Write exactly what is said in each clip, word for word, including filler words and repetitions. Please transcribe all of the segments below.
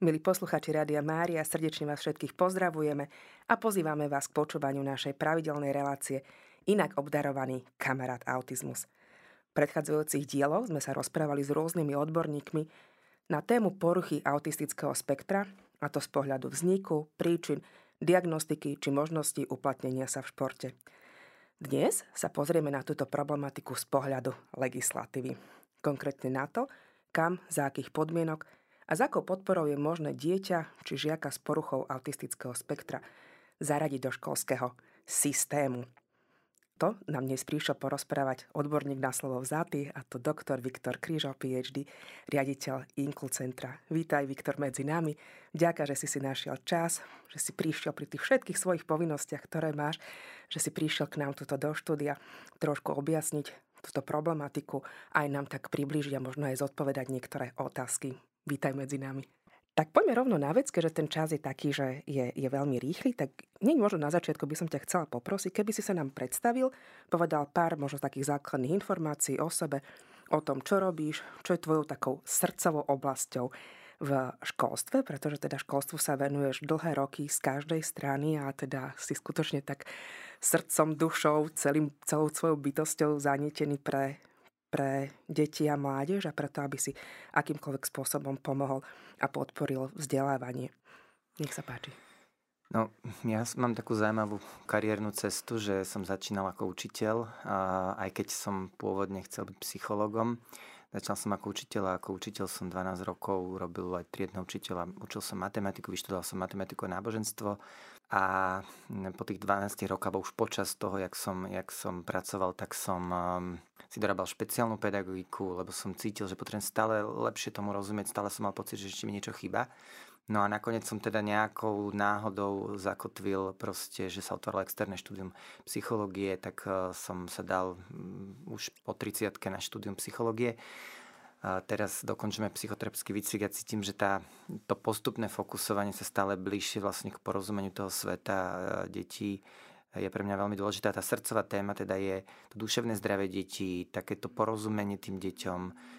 Milí posluchači Rádia Mária, srdečne vás všetkých pozdravujeme a pozývame vás k počúvaniu našej pravidelnej relácie Inak obdarovaný kamarát autizmus. V predchádzajúcich dieloch sme sa rozprávali s rôznymi odborníkmi na tému poruchy autistického spektra, a to z pohľadu vzniku, príčin, diagnostiky či možnosti uplatnenia sa v športe. Dnes sa pozrieme na túto problematiku z pohľadu legislatívy. Konkrétne na to, kam, za akých podmienok a s akou podporou je možné dieťa či žiaka s poruchou autistického spektra zaradiť do školského systému. To nám dnes prišiel porozprávať odborník na slovo vzatý, a to doktor Viktor Krížov, PhD, riaditeľ Inklucentra. Vítaj, Viktor, medzi nami. Ďakujem, že si si našiel čas, že si prišiel pri tých všetkých svojich povinnostiach, ktoré máš, že si prišiel k nám tuto do štúdia trošku objasniť túto problematiku, aj nám tak priblížiť a možno aj zodpovedať niektoré otázky. Vítaj medzi nami. Tak poďme rovno na vec, keďže ten čas je taký, že je, je veľmi rýchly, tak nie možno na začiatku by som ťa chcela poprosiť, keby si sa nám predstavil, povedal pár možno takých základných informácií o sebe, o tom, čo robíš, čo je tvojou takou srdcovou oblasťou v školstve, pretože teda školstvu sa venuješ dlhé roky z každej strany a teda si skutočne tak srdcom, dušou, celým, celou svojou bytosťou zanietený pre pre deti a mládež a preto, aby si akýmkoľvek spôsobom pomohol a podporil vzdelávanie. Nech sa páči. No, ja mám takú zaujímavú kariérnu cestu, že som začínal ako učiteľ, a aj keď som pôvodne chcel byť psychologom. Začal som ako učiteľ a ako učiteľ som dvanásť rokov robil aj triedneho učiteľa. Učil som matematiku, vyštudoval som matematiku a náboženstvo a po tých dvanástich rokoch, už počas toho, jak som, jak som pracoval, tak som um, si dorábal špeciálnu pedagogiku, lebo som cítil, že potrebujem stále lepšie tomu rozumieť, stále som mal pocit, že ešte mi niečo chýba. No a nakoniec som teda nejakou náhodou zakotvil proste, že sa otvorilo externé štúdium psychológie, tak uh, som sa dal um, už po tridsiatke na štúdium psychológie. A teraz dokončíme psychoterapeutický výcvik a cítim, že tá, to postupné fokusovanie sa stále bližšie vlastne k porozumeniu toho sveta detí je pre mňa veľmi dôležitá. Tá srdcová téma teda je to duševné zdravie detí, takéto porozumenie tým deťom,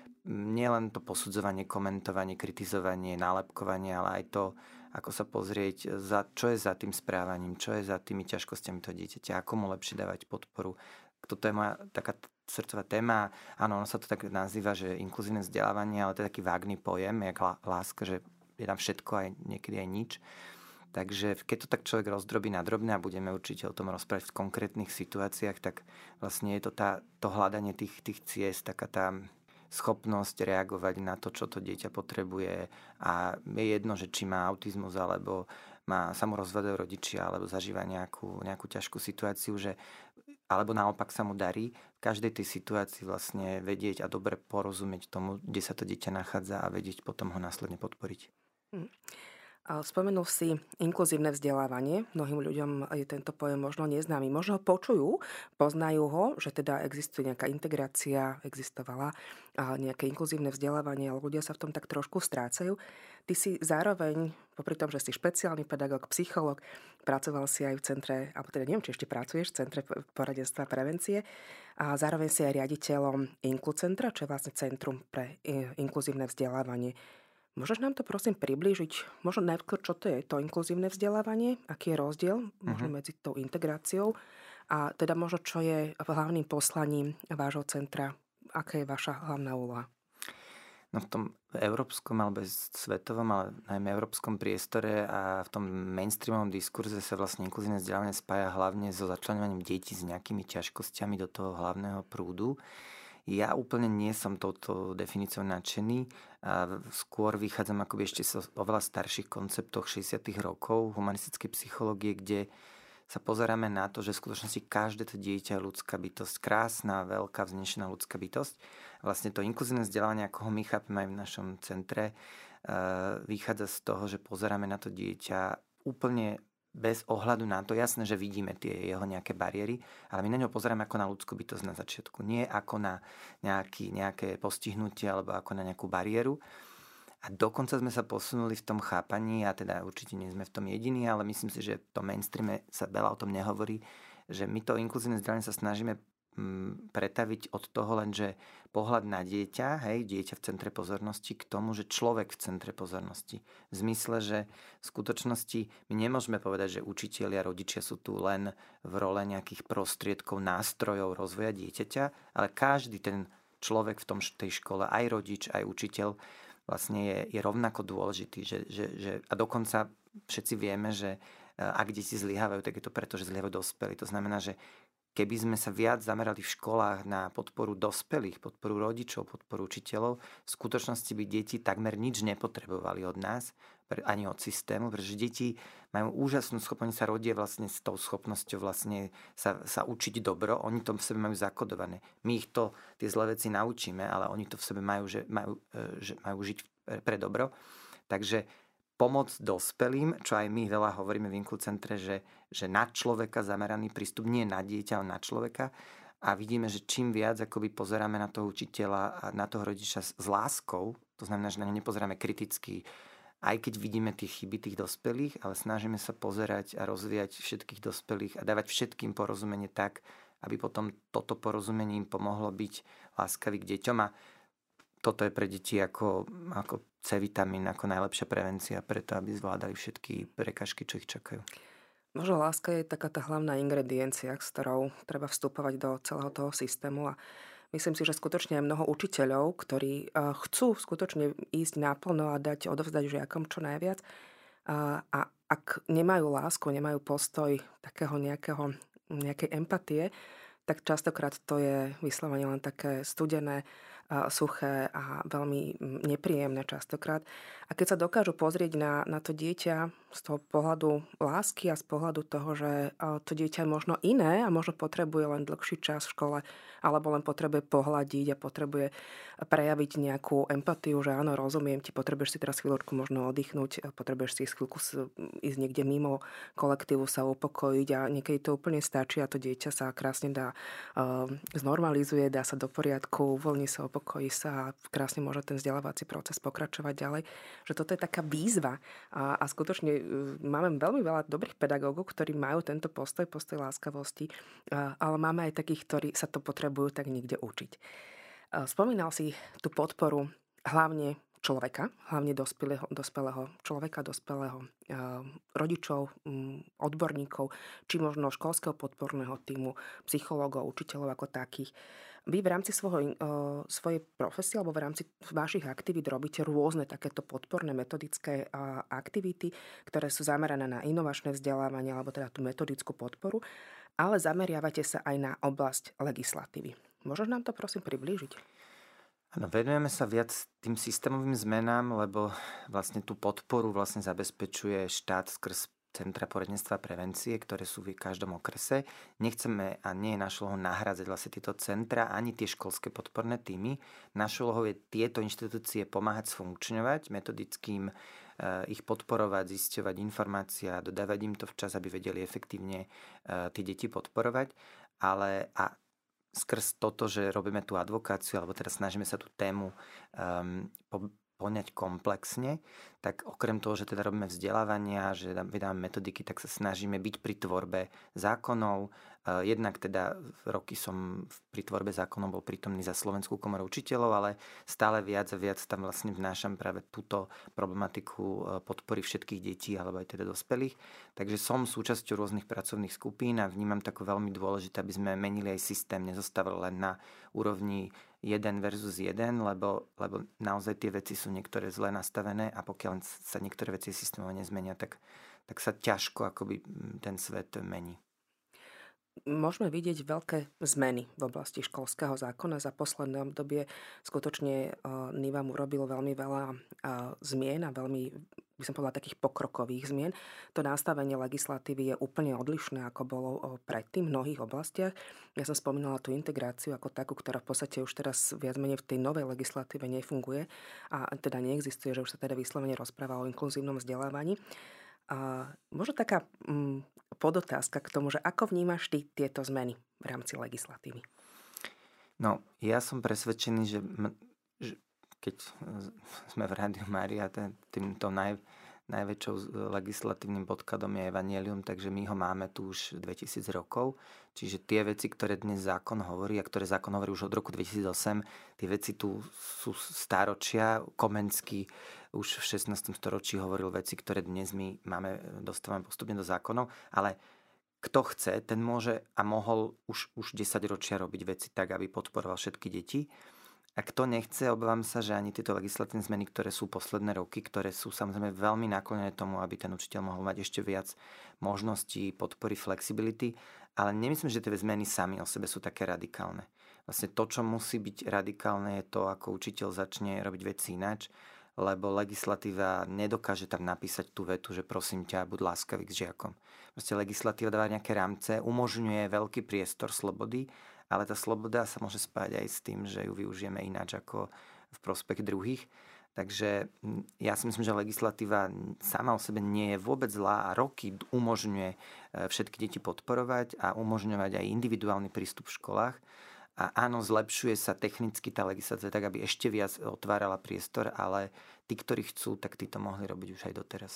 nielen to posudzovanie, komentovanie, kritizovanie, nálepkovanie, ale aj to, ako sa pozrieť, za, čo je za tým správaním, čo je za tými ťažkosťami toho dieťaťa, ako mu lepšie dávať podporu. Toto je moja taká srdcová téma. Áno, ono sa to tak nazýva, že inkluzívne vzdelávanie, ale to je taký vágný pojem, jak láska, že je tam všetko aj niekedy aj nič. Takže keď to tak človek rozdrobí na drobné a budeme určite o tom rozprávať v konkrétnych situáciách, tak vlastne je to tá, to hľadanie tých, tých ciest, taká tá schopnosť reagovať na to, čo to dieťa potrebuje a je jedno, že či má autizmus alebo má samorozvedajú rodičia alebo zažíva nejakú, nejakú ťažkú situáciu, že alebo naopak sa mu darí v každej tej situácii vlastne vedieť a dobre porozumieť tomu, kde sa to dieťa nachádza a vedieť potom ho následne podporiť. Hm. Spomenul si inkluzívne vzdelávanie. Mnohým ľuďom je tento pojem možno neznámy. Možno ho počujú, poznajú ho, že teda existuje nejaká integrácia, existovala nejaké inkluzívne vzdelávanie, ale ľudia sa v tom tak trošku strácajú. Ty si zároveň, popri tom, že si špeciálny pedagóg, psychológ, pracoval si aj v centre, alebo teda neviem, či ešte pracuješ v centre poradenstva a prevencie, a zároveň si aj riaditeľom Inklucentra, čo je vlastne centrum pre inkluzívne vzdelávanie. Môžeš nám to prosím priblížiť, možno najskôr, čo to je to inkluzívne vzdelávanie, aký je rozdiel možno uh-huh. medzi tou integráciou a teda možno, čo je hlavným poslaním vášho centra, aká je vaša hlavná úloha? No v tom európskom alebo svetovom, ale najmä európskom priestore a v tom mainstreamovom diskurze sa vlastne inkluzívne vzdelávanie spája hlavne so začleňovaním detí s nejakými ťažkosťami do toho hlavného prúdu. Ja úplne nie som touto definíciou nadšený. A skôr vychádzam akoby ešte z oveľa starších konceptoch šesťdesiatych rokov humanistickej psychológie, kde sa pozeráme na to, že v skutočnosti každé to dieťa je ľudská bytosť, krásna, veľká, vznešená ľudská bytosť. Vlastne to inkluzívne vzdelávanie, ako ho my chápeme aj v našom centre, vychádza z toho, že pozeráme na to dieťa úplne bez ohľadu na to, jasné, že vidíme tie jeho nejaké bariéry, ale my na ňo pozeráme ako na ľudskú bytosť na začiatku, nie ako na nejaký, nejaké postihnutie alebo ako na nejakú bariéru. A dokonca sme sa posunuli v tom chápaní, a teda určite nie sme v tom jediní, ale myslím si, že v tom mainstreame sa veľa o tom nehovorí, že my to inkluzívne vzdelanie sa snažíme mm, pretaviť od toho len, že pohľad na dieťa, hej, dieťa v centre pozornosti, k tomu, že človek v centre pozornosti. V zmysle, že v skutočnosti my nemôžeme povedať, že učitelia, rodičia sú tu len v role nejakých prostriedkov, nástrojov rozvoja dieťaťa, ale každý ten človek v tom, tej škole, aj rodič, aj učiteľ, vlastne je, je rovnako dôležitý. Že, že, že, a dokonca všetci vieme, že ak deti zlyhávajú, tak je to preto, že zlyhávajú dospelí. To znamená, že keby sme sa viac zamerali v školách na podporu dospelých, podporu rodičov, podporu učiteľov, v skutočnosti by deti takmer nič nepotrebovali od nás, ani od systému, pretože deti majú úžasnú schopnosť, sa rodia vlastne s tou schopnosťou vlastne sa, sa učiť dobro, oni to v sebe majú zakodované. My ich to, tie zlé veci naučíme, ale oni to v sebe majú, že majú, že majú žiť pre dobro. Takže pomoc dospelým, čo aj my veľa hovoríme v Inklucentre, že, že na človeka zameraný prístup, nie na dieťa, ale na človeka. A vidíme, že čím viac akoby pozeráme na toho učiteľa a na toho rodiča s, s láskou, to znamená, že na ne nepozeráme kriticky, aj keď vidíme tie chyby tých dospelých, ale snažíme sa pozerať a rozvíjať všetkých dospelých a dávať všetkým porozumenie tak, aby potom toto porozumenie im pomohlo byť láskavý k deťom. A toto je pre deti ako, ako C-vitamín, ako najlepšia prevencia preto, aby zvládali všetky prekažky, čo ich čakajú. Možno láska je taká tá hlavná ingrediencia, s ktorou treba vstupovať do celého toho systému a myslím si, že skutočne je mnoho učiteľov, ktorí chcú skutočne ísť naplno a dať, odovzdať žiakom čo najviac. A, a ak nemajú lásku, nemajú postoj takého nejakého, nejakej empatie, tak častokrát to je vyslovene len také studené, suché a veľmi nepríjemné častokrát. A keď sa dokážu pozrieť na, na to dieťa z toho pohľadu lásky a z pohľadu toho, že to dieťa je možno iné a možno potrebuje len dlhší čas v škole, alebo len potrebuje pohľadiť a potrebuje prejaviť nejakú empatiu, že áno, rozumiem ti, potrebuješ si teraz chvíľočku možno oddychnúť, potrebuješ si chvíľku ísť niekde mimo kolektívu, sa upokojiť a niekedy to úplne stačí a to dieťa sa krásne dá, uh, znormalizuje, dá sa do poriadku, uvoľní sa, upokojí sa a krásne môže ten vzdelávací proces pokračovať ďalej. Že toto je taká výzva a, a skutočne uh, máme veľmi veľa dobrých pedagógov, ktorí majú tento postoj, postoj láskavosti, uh, ale máme aj takých, ktorí sa to potrebujú tak niekde učiť. Uh, spomínal si tú podporu hlavne človeka, hlavne dospelého, dospelého človeka, dospelého uh, rodičov, um, odborníkov, či možno školského podporného tímu, psychológov, učiteľov ako takých. Vy v rámci svojho, uh, svojej profesie alebo v rámci vašich aktivít robíte rôzne takéto podporné metodické uh, aktivity, ktoré sú zamerané na inovačné vzdelávanie alebo teda tú metodickú podporu, ale zameriavate sa aj na oblasť legislatívy. Môžeš nám to prosím priblížiť? Áno, venujeme sa viac tým systémovým zmenám, lebo vlastne tú podporu vlastne zabezpečuje štát skrz centra poradenstva a prevencie, ktoré sú v každom okrese. Nechceme a nie je našou úlohou nahradzať vlastne tieto centra ani tie školské podporné týmy. Našou úlohou je tieto inštitúcie pomáhať sfunkčňovať, metodickým e, ich podporovať, zisťovať informácie a dodávať im to včas, aby vedeli efektívne e, tie deti podporovať. Ale a skrz toto, že robíme tú advokáciu, alebo teda snažíme sa tú tému um, po, poňať komplexne, tak okrem toho, že teda robíme vzdelávania, že vydáme metodiky, tak sa snažíme byť pri tvorbe zákonov. Jednak teda roky som pri tvorbe zákonov bol prítomný za Slovenskú komoru učiteľov, ale stále viac a viac tam vlastne vnášam práve túto problematiku podpory všetkých detí alebo aj teda dospelých. Takže som súčasťou rôznych pracovných skupín a vnímam tako veľmi dôležité, aby sme menili aj systém, nezostávali len na úrovni jeden versus jeden, lebo, lebo naozaj tie veci sú niektoré zle nastavené a pokiaľ sa niektoré veci systémov nezmenia, tak, tak sa ťažko akoby ten svet mení. Môžeme vidieť veľké zmeny v oblasti školského zákona. Za posledné obdobie skutočne NIVAM urobil veľmi veľa zmien a veľmi, by som povedala, takých pokrokových zmien. To nastavenie legislatívy je úplne odlišné, ako bolo predtým v mnohých oblastiach. Ja som spomínala tú integráciu ako takú, ktorá v podstate už teraz viac menej v tej novej legislatíve nefunguje a teda neexistuje, že už sa teda vyslovene rozpráva o inkluzívnom vzdelávaní. A možno taká mm, podotázka k tomu, že ako vnímaš ty tieto zmeny v rámci legislatívy? No, ja som presvedčený, že, že keď sme v Rádiu Mária týmto naj, najväčšou legislatívnym podkladom je Evangelium, takže my ho máme tu už dvetisíc rokov. Čiže tie veci, ktoré dnes zákon hovorí a ktoré zákon hovorí už od roku dvetisícosem, tie veci tu sú stáročia. Komenský už v šestnástom storočí hovoril veci, ktoré dnes my máme, dostávame postupne do zákonov, ale kto chce, ten môže a mohol už, už desaťročia robiť veci tak, aby podporoval všetky deti. A kto nechce, obávam sa, že ani tieto legislatívne zmeny, ktoré sú posledné roky, ktoré sú samozrejme veľmi naklonené tomu, aby ten učiteľ mohol mať ešte viac možností, podpory, flexibility, ale nemyslím, že tie zmeny sami o sebe sú také radikálne. Vlastne to, čo musí byť radikálne, je to, ako učiteľ začne robiť veci ináč, lebo legislatíva nedokáže tam napísať tú vetu, že prosím ťa, buď láskavý k žiakom. Proste legislatíva dáva nejaké rámce, umožňuje veľký priestor slobody, ale tá sloboda sa môže spájať aj s tým, že ju využijeme ináč ako v prospech druhých. Takže ja si myslím, že legislatíva sama o sebe nie je vôbec zlá a roky umožňuje všetky deti podporovať a umožňovať aj individuálny prístup v školách. A áno, zlepšuje sa technicky tá legislatíva tak, aby ešte viac otvárala priestor, ale tí, ktorí chcú, tak tí to mohli robiť už aj doteraz.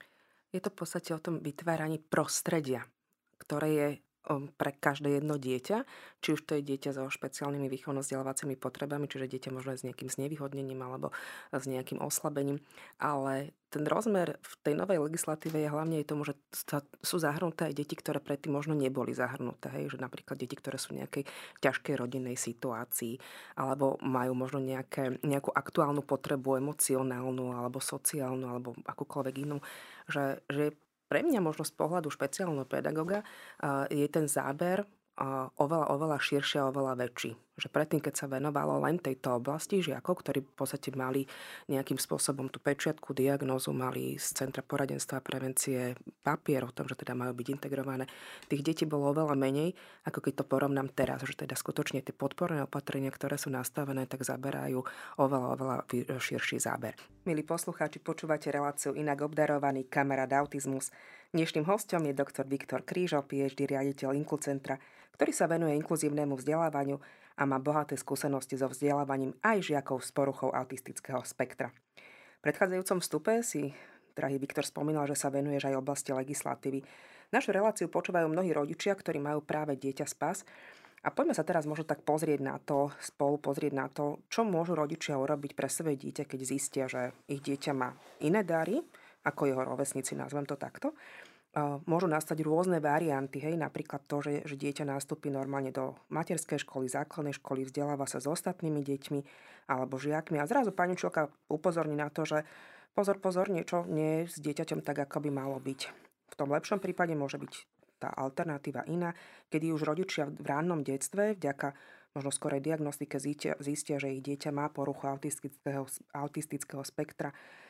Je to v podstate o tom vytváraní prostredia, ktoré je pre každé jedno dieťa, či už to je dieťa so špeciálnymi výchovno-vzdelávacími potrebami, čiže dieťa možno s nejakým znevýhodnením alebo s nejakým oslabením. Ale ten rozmer v tej novej legislatíve je hlavne aj tomu, že sú zahrnuté aj deti, ktoré predtým možno neboli zahrnuté. Hej? Že napríklad deti, ktoré sú v nejakej ťažkej rodinnej situácii alebo majú možno nejaké, nejakú aktuálnu potrebu emocionálnu alebo sociálnu alebo akúkoľvek inú, že, že pre mňa možno z pohľadu špeciálneho pedagoga je ten záber oveľa, oveľa širšie a oveľa väčší. Že predtým, keď sa venovalo len tejto oblasti žiakov, ktorí v podstate mali nejakým spôsobom tú pečiatku, diagnózu, mali z Centra poradenstva a prevencie papier o tom, že teda majú byť integrované. Tých detí bolo oveľa menej, ako keď to porovnám teraz, že teda skutočne tie podporné opatrenia, ktoré sú nastavené, tak zaberajú oveľa, oveľa širší záber. Milí poslucháči, počúvate reláciu Inak obdarovaný kamarát autizmus. Dnešným hosťom je doktor Viktor Krížo, PhD riaditeľ Inklucentra, ktorý sa venuje inkluzívnemu vzdelávaniu a má bohaté skúsenosti so vzdelávaním aj žiakov s poruchou autistického spektra. V predchádzajúcom vstupe si drahý Viktor spomínal, že sa venuješ aj oblasti legislatívy. Našu reláciu počúvajú mnohí rodičia, ktorí majú práve dieťa s pé á es. A poďme sa teraz možno tak pozrieť na to, spolu pozrieť na to, čo môžu rodičia urobiť pre svoje dieťa, keď zistia, že ich dieťa má iné dary, ako jeho rovesníci, nazvem to takto. Môžu nastať rôzne varianty, hej, napríklad to, že, že dieťa nastúpi normálne do materskej školy, základnej školy, vzdeláva sa s ostatnými deťmi alebo žiakmi a zrazu pani učiteľka upozorní na to, že pozor, pozor, niečo nie je s dieťaťom tak, ako by malo byť. V tom lepšom prípade môže byť tá alternatíva iná, kedy už rodičia v rannom detstve vďaka možno skorej diagnostike zistia, zistia, že ich dieťa má poruchu autistického, autistického spektra,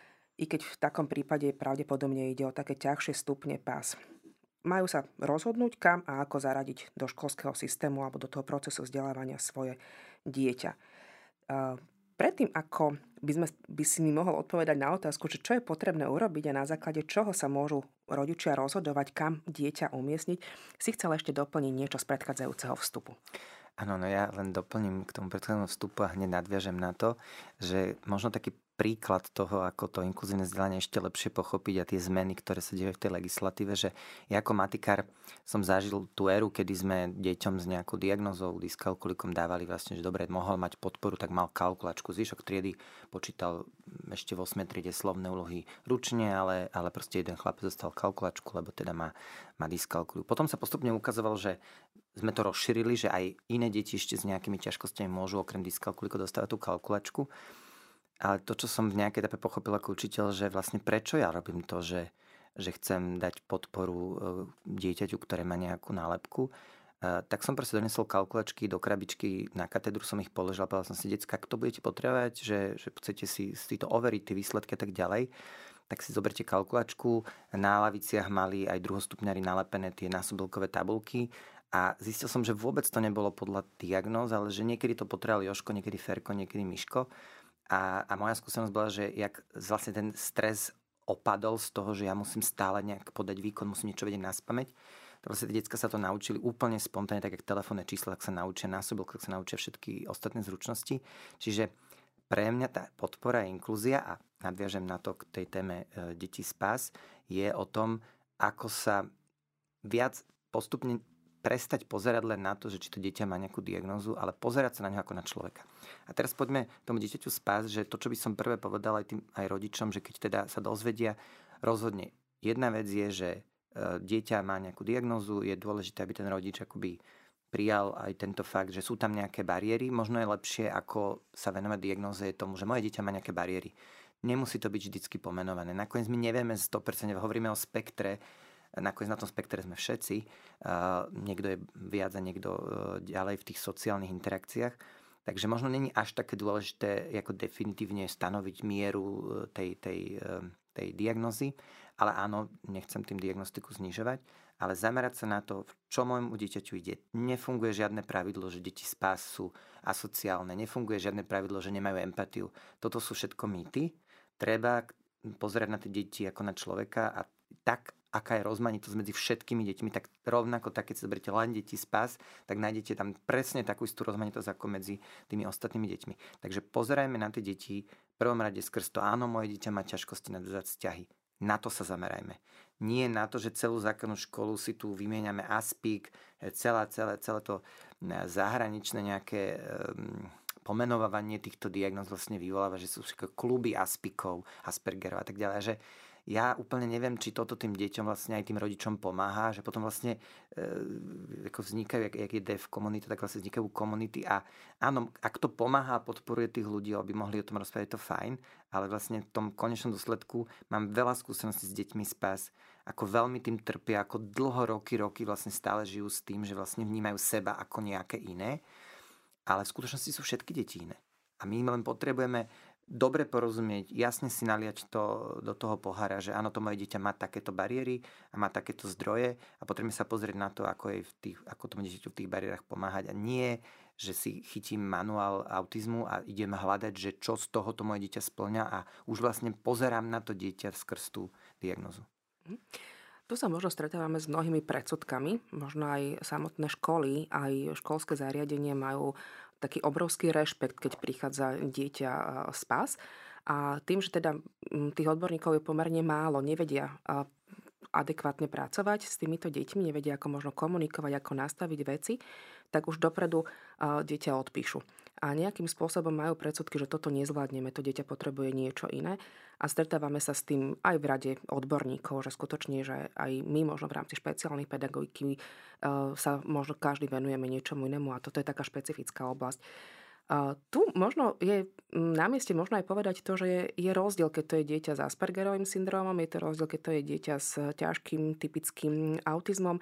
i keď v takom prípade pravdepodobne ide o také ťažšie stupne pé á es. Majú sa rozhodnúť, kam a ako zaradiť do školského systému alebo do toho procesu vzdelávania svoje dieťa. Predtým, ako by, sme, by si mi mohol odpovedať na otázku, že čo je potrebné urobiť a na základe čoho sa môžu rodičia rozhodovať, kam dieťa umiestniť, si chcel ešte doplniť niečo z predchádzajúceho vstupu. Áno, no ja len doplním k tomu predchádzajúcemu vstupu a hneď nadviažem na to, že možno taký príklad toho, ako to inkluzívne vzdelanie ešte lepšie pochopiť a tie zmeny, ktoré sa dejú v tej legislatíve, že ja ako matikár som zažil tú éru, kedy sme deťom s nejakou diagnózou, dyskalkulikom dávali vlastne, že dobre, mohol mať podporu, tak mal kalkulačku. Zvyšok triedy počítal ešte v ôsmej triede slovné úlohy ručne, ale, ale proste jeden chlapec dostal kalkulačku, lebo teda má, má dyskalkuliu. Potom sa postupne ukazovalo, že sme to rozšírili, že aj iné deti ešte s nejakými ťažkosťami môžu okrem dyskalkuliku dostávať tú kalkulačku. Ale to, čo som v nejakej etape pochopil ako učiteľ, že vlastne prečo ja robím to, že, že chcem dať podporu dieťaťu, ktoré má nejakú nálepku, tak som proste donesol kalkulačky do krabičky, na katedru som ich položil a povedal som si, decka, ak to budete potrebovať, že, že chcete si, si to overiť, tie výsledky a tak ďalej, tak si zoberte kalkulačku. Na laviciach mali aj druhostupňari nalepené tie násobilkové tabulky a zistil som, že vôbec to nebolo podľa diagnóz, ale že niekedy to potreboval Jožko, niekedy Ferko, niekedy Miško. A, a moja skúsenosť bola, že jak vlastne ten stres opadol z toho, že ja musím stále nejak podať výkon, musím niečo vedieť naspamäť. Tak vlastne tie decka sa to naučili úplne spontánne, tak jak telefónne čísla, tak sa naučia násobilky, tak sa naučia všetky ostatné zručnosti. Čiže pre mňa tá podpora a inklúzia a nadviažem na to k tej téme Deti Spás, je o tom, ako sa viac postupne prestať pozerať len na to, že či to dieťa má nejakú diagnózu, ale pozerať sa na ňo ako na človeka. A teraz poďme tomu dieťaťu spás, že to, čo by som prvé povedal aj tým aj rodičom, že keď teda sa dozvedia, rozhodne. Jedna vec je, že dieťa má nejakú diagnózu, je dôležité, aby ten rodič akoby prijal aj tento fakt, že sú tam nejaké bariéry. Možno je lepšie, ako sa venovať diagnóze, je tomu, že moje dieťa má nejaké bariéry. Nemusí to byť vždycky pomenované. Nakoniec my nevieme sto percent, hovoríme o spektre. Nakoniec na tom spektre sme všetci. Uh, niekto je viac a niekto uh, ďalej v tých sociálnych interakciách. Takže možno není až také dôležité ako definitívne stanoviť mieru tej, tej, uh, tej diagnózy, ale áno, nechcem tým diagnostiku znižovať, ale zamerať sa na to, v čo môjmu dieťaťu ide. Nefunguje žiadne pravidlo, že deti spás sú asociálne. Nefunguje žiadne pravidlo, že nemajú empatiu. Toto sú všetko mýty. Treba pozerať na tie deti ako na človeka a tak, aká je rozmanitosť medzi všetkými deťmi, tak rovnako tak, keď si zoberiete len Deti Spás, tak nájdete tam presne takú istú rozmanitosť ako medzi tými ostatnými deťmi. Takže pozerajme na tie deti v prvom rade skrz to, áno, moje dieťa má ťažkosti nadviazať vzťahy. Na to sa zamerajme. Nie na to, že celú základnú školu si tu vymieňame aspík, celé, celé, celé to zahraničné nejaké um, pomenovávanie týchto diagnóz vlastne vyvoláva, že sú všetko kluby aspikov, Aspergerov a tak ďalej, že ja úplne neviem, či toto tým deťom vlastne aj tým rodičom pomáha, že potom vlastne e, ako vznikajú, jak, jak je dev komunita, tak vlastne vznikajú komunity a áno, ak to pomáha a podporuje tých ľudí, aby mohli o tom rozprávať, je to fajn, ale vlastne v tom konečnom dôsledku mám veľa skúseností s deťmi Spás, ako veľmi tým trpia, ako dlho roky, roky vlastne stále žijú s tým, že vlastne vnímajú seba ako nejaké iné, ale v skutočnosti sú všetky deti iné. A my len potrebujeme dobre porozumieť, jasne si naliať to do toho pohára, že áno, to moje dieťa má takéto bariéry a má takéto zdroje a potrebujeme sa pozrieť na to, ako, je v tých, ako tomu dieťaťu v tých bariérach pomáhať. A nie, že si chytím manuál autizmu a idem hľadať, že čo z toho to moje dieťa splňa a už vlastne pozerám na to dieťa skrz tú diagnózu. Hm. Tu sa možno stretávame s mnohými predsudkami. Možno aj samotné školy, aj školské zariadenie majú taký obrovský rešpekt, keď prichádza dieťa Spás. A tým, že teda tých odborníkov je pomerne málo, nevedia adekvátne pracovať s týmito deťmi, nevedia, ako možno komunikovať, ako nastaviť veci, tak už dopredu dieťa odpíšu. A nejakým spôsobom majú predsudky, že toto nezvládneme, to dieťa potrebuje niečo iné. A stretávame sa s tým aj v rade odborníkov, že skutočne, že aj my možno v rámci špeciálnej pedagogiky sa možno každý venujeme niečomu inému a toto je taká špecifická oblasť. Uh, tu možno je na mieste možno aj povedať to, že je, je rozdiel, keď to je dieťa s Aspergerovým syndrómom, je to rozdiel, keď to je dieťa s ťažkým typickým autizmom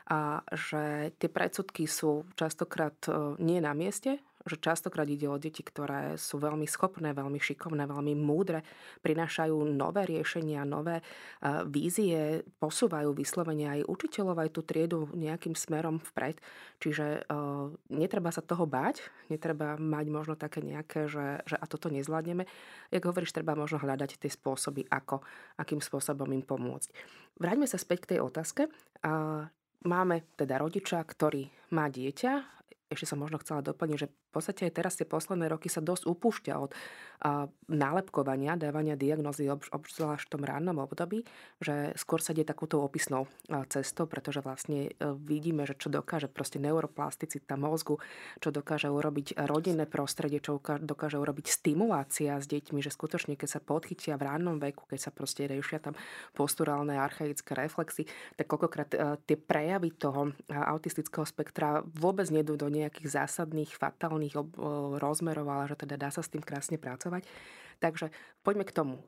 a že tie predsudky sú častokrát uh, nie na mieste, že častokrát ide o deti, ktoré sú veľmi schopné, veľmi šikovné, veľmi múdre, prinášajú nové riešenia, nové uh, vízie, posúvajú vyslovene aj učiteľov, aj tú triedu nejakým smerom vpred. Čiže uh, netreba sa toho báť, netreba mať možno také nejaké, že, že a toto nezvládneme. Jak hovoríš, treba možno hľadať tie spôsoby, ako, akým spôsobom im pomôcť. Vráťme sa späť k tej otázke. Uh, máme teda rodiča, ktorý má dieťa. Ešte som možno chcela doplniť, že v podstate aj teraz tie posledné roky sa dosť upúšťa od a, nálepkovania, dávania diagnózy, obzvlášť v tom rannom období, že skôr sa ide takúto opisnou a, cestou, pretože vlastne a, vidíme, že čo dokáže proste neuroplasticita mozgu, čo dokáže urobiť rodinné prostredie, čo dokáže urobiť stimulácia s deťmi, že skutočne, keď sa podchytia v rannom veku, keď sa proste riešia tam posturálne archaické reflexy, tak koľkokrát a, tie prejavy toho a, autistického spektra vôbec nedú do nejakých zásadných, fatálnych rozmerov, ale že teda dá sa s tým krásne pracovať. Takže poďme k tomu.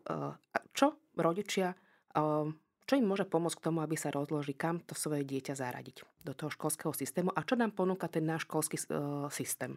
Čo rodičia, čo im môže pomôcť k tomu, aby sa rozložili, kam to svoje dieťa zaradiť do toho školského systému a čo nám ponúka ten náš školský systém?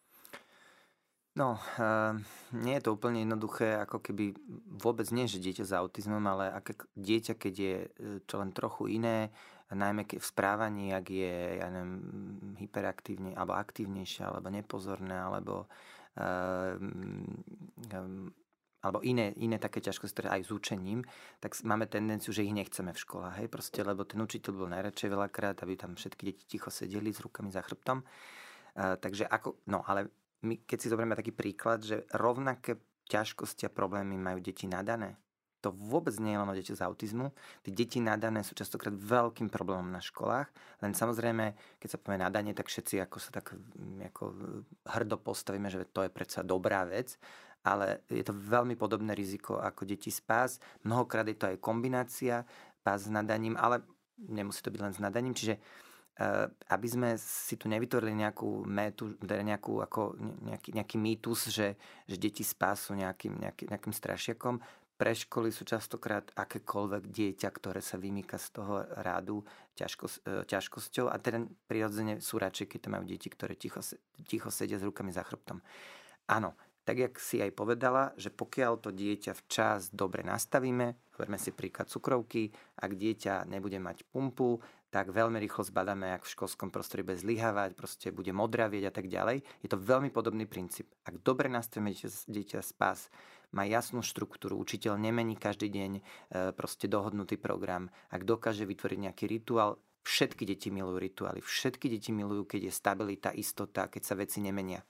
No, uh, nie je to úplne jednoduché, ako keby vôbec nie, že dieťa s autizmom, ale aké dieťa, keď je čo len trochu iné, najmä v správaní, ak je, ja neviem, hyperaktívne, alebo aktívnejšie, alebo nepozorné, alebo, uh, um, alebo iné, iné také ťažkosti, ktoré aj s učením, tak máme tendenciu, že ich nechceme v školách, hej, proste, lebo ten učiteľ bol najradšej veľakrát, aby tam všetky deti ticho sedeli s rukami za chrbtom. Uh, takže ako, no, ale my, keď si zoberieme taký príklad, že rovnaké ťažkosti a problémy majú deti nadané. To vôbec nie je len o deťoch z autizmu. Tí deti nadané sú častokrát veľkým problémom na školách, len samozrejme, keď sa povie nadanie, tak všetci ako sa tak mm, ako hrdo postavíme, že to je predsa dobrá vec, ale je to veľmi podobné riziko ako deti z pás. Mnohokrát je to aj kombinácia pás s nadaním, ale nemusí to byť len s nadaním, čiže aby sme si tu nevytvorili nejakú métu, nejakú, ako, nejaký, nejaký mýtus, že, že deti z pás sú nejakým, nejaký, nejakým strašiakom. Pre školy sú častokrát akékoľvek dieťa, ktoré sa vymýka z toho rádu ťažkos, ťažkosťou a teda prirodzene sú radšej, keď tam majú deti, ktoré ticho, ticho sedia s rukami za chrbtom. Áno, tak jak si aj povedala, že pokiaľ to dieťa včas dobre nastavíme, berme si príklad cukrovky, ak dieťa nebude mať pumpu, tak veľmi rýchlo zbadáme, ak v školskom prostredí bude zlyhávať, proste bude modravieť a tak ďalej. Je to veľmi podobný princíp. Ak dobre nastavíme dieťa z pás, má jasnú štruktúru, učiteľ nemení každý deň e, proste dohodnutý program, ak dokáže vytvoriť nejaký rituál, všetky deti milujú rituály, všetky deti milujú, keď je stabilita, istota, keď sa veci nemenia.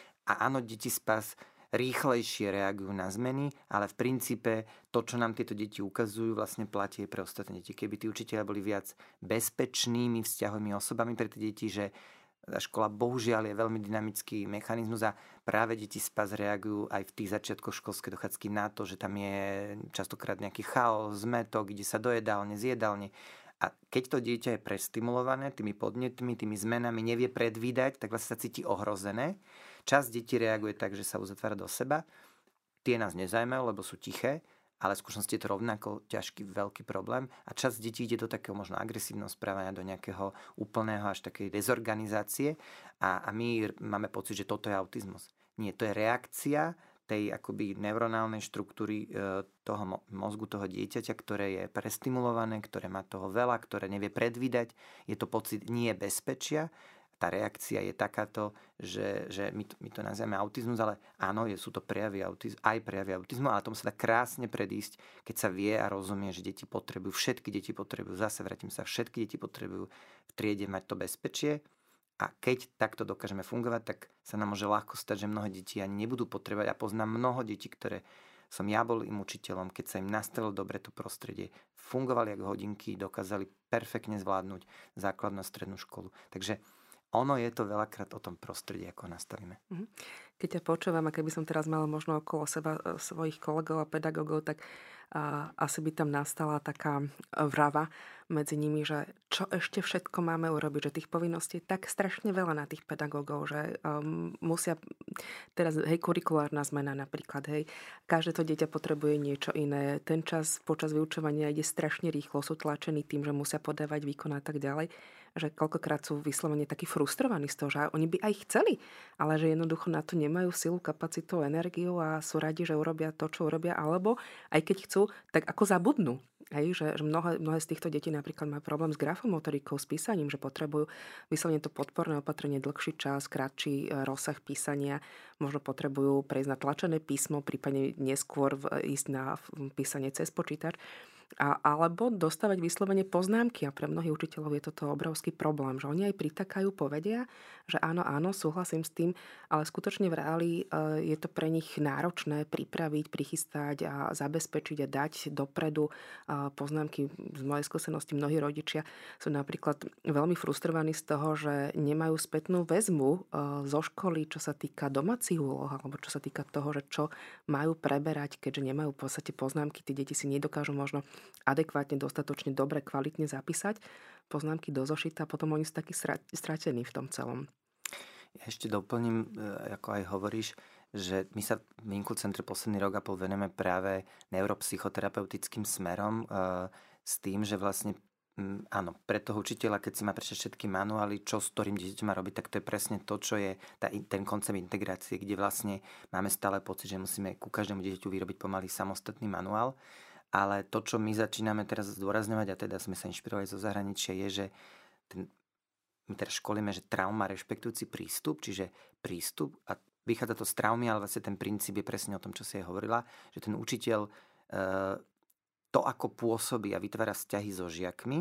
A áno, deti z pás rýchlejšie reagujú na zmeny, ale v princípe to, čo nám tieto deti ukazujú, vlastne platí aj pre ostatné deti. Keby tí učitelia boli viac bezpečnými vzťahovými osobami pre tie deti, že tá škola bohužiaľ je veľmi dynamický mechanizmus a práve deti z pás reagujú aj v tých začiatkoch školskej dochádzky na to, že tam je častokrát nejaký chaos, zmetok, ide sa do jedálne, z jedálne. A keď to dieťa je prestimulované tými podnetmi, tými zmenami, nevie predvídať, tak vlastne sa cíti ohrozené. Časť detí reaguje tak, že sa uzatvára do seba. Tie nás nezaujímajú, lebo sú tiché, ale v skutočnosti je to rovnako ťažký, veľký problém. A časť detí ide do takého možno agresívneho správania, do nejakého úplného až takej dezorganizácie. A, a my máme pocit, že toto je autizmus. Nie, to je reakcia tej akoby neuronálnej štruktúry e, toho mozgu toho dieťaťa, ktoré je prestimulované, ktoré má toho veľa, ktoré nevie predvídať. Je to pocit nie bezpečia. Tá reakcia je takáto, že, že my, to, my to nazývame autizmus, ale áno, je, sú to prejavy autizmu, aj prejavy autizmu, ale tomu sa dá krásne predísť, keď sa vie a rozumie, že deti potrebujú, všetky deti potrebujú, zase vrátim sa, všetky deti potrebujú v triede mať to bezpečie. A keď takto dokážeme fungovať, tak sa nám môže ľahko stať, že mnohé deti ani nebudú potrebovať. A poznám mnoho detí, ktoré som ja bol im učiteľom, keď sa im nastavilo dobre to prostredie, fungovali ako hodinky, dokázali perfektne zvládnuť základnú a strednú školu. Takže ono je to veľakrát o tom prostredí, ako nastavíme. Keď ťa počúvam, a keby som teraz mala možno okolo seba svojich kolegov a pedagógov, tak a, asi by tam nastala taká vrava medzi nimi, že čo ešte všetko máme urobiť, že tých povinností je tak strašne veľa na tých pedagógov, že um, musia, teraz, hej, kurikulárna zmena napríklad, hej, každé to dieťa potrebuje niečo iné, ten čas počas vyučovania ide strašne rýchlo, sú tlačení tým, že musia podávať výkon a tak ďalej, že koľkokrát sú vyslovene takí frustrovaní z toho, že oni by aj chceli, ale že jednoducho na to nemajú silu, kapacitu, energiu a sú radi, že urobia to, čo urobia, alebo aj keď chcú, tak ako zabudnú. Hej, že, že mnohé, mnohé z týchto detí napríklad majú problém s grafomotorikou, s písaním, že potrebujú vyslovene to podporné opatrenie dlhší čas, kratší rozsah písania, možno potrebujú prejsť na tlačené písmo, prípadne neskôr ísť na písanie cez počítač. A, alebo dostávať vyslovene poznámky a pre mnohých učiteľov je toto obrovský problém, že oni aj pritakajú, povedia, že áno, áno, súhlasím s tým, ale skutočne v reáli je to pre nich náročné pripraviť, prichystať a zabezpečiť a dať dopredu poznámky. Z mojej skúsenosti mnohí rodičia sú napríklad veľmi frustrovaní z toho, že nemajú spätnú väzbu zo školy, čo sa týka domácich úloh, alebo čo sa týka toho, že čo majú preberať, keďže nemajú v podstate poznámky, tí deti si nedokážu možno adekvátne, dostatočne dobre, kvalitne zapísať poznámky do zošita a potom oni sú takí stratení v tom celom. Ja ešte doplním, ako aj hovoríš, že my sa v Inklu centre posledný rok a pol venujeme práve neuropsychoterapeutickým smerom s tým, že vlastne áno, pre toho učiteľa, keď si má prečítať všetky manuály, čo s ktorým dieťa má robiť, tak to je presne to, čo je tá, ten koncept integrácie, kde vlastne máme stále pocit, že musíme ku každému dieťaťu vyrobiť pomaly samostatný manuál. Ale to, čo my začíname teraz zdôrazňovať, a teda sme sa inšpirovali zo zahraničia, je, že ten, my teraz školíme, že trauma rešpektujúci prístup, čiže prístup, a vychádza to z traumy, ale vlastne ten princíp je presne o tom, čo si aj hovorila, že ten učiteľ e, to, ako pôsobí a vytvára vzťahy so žiakmi,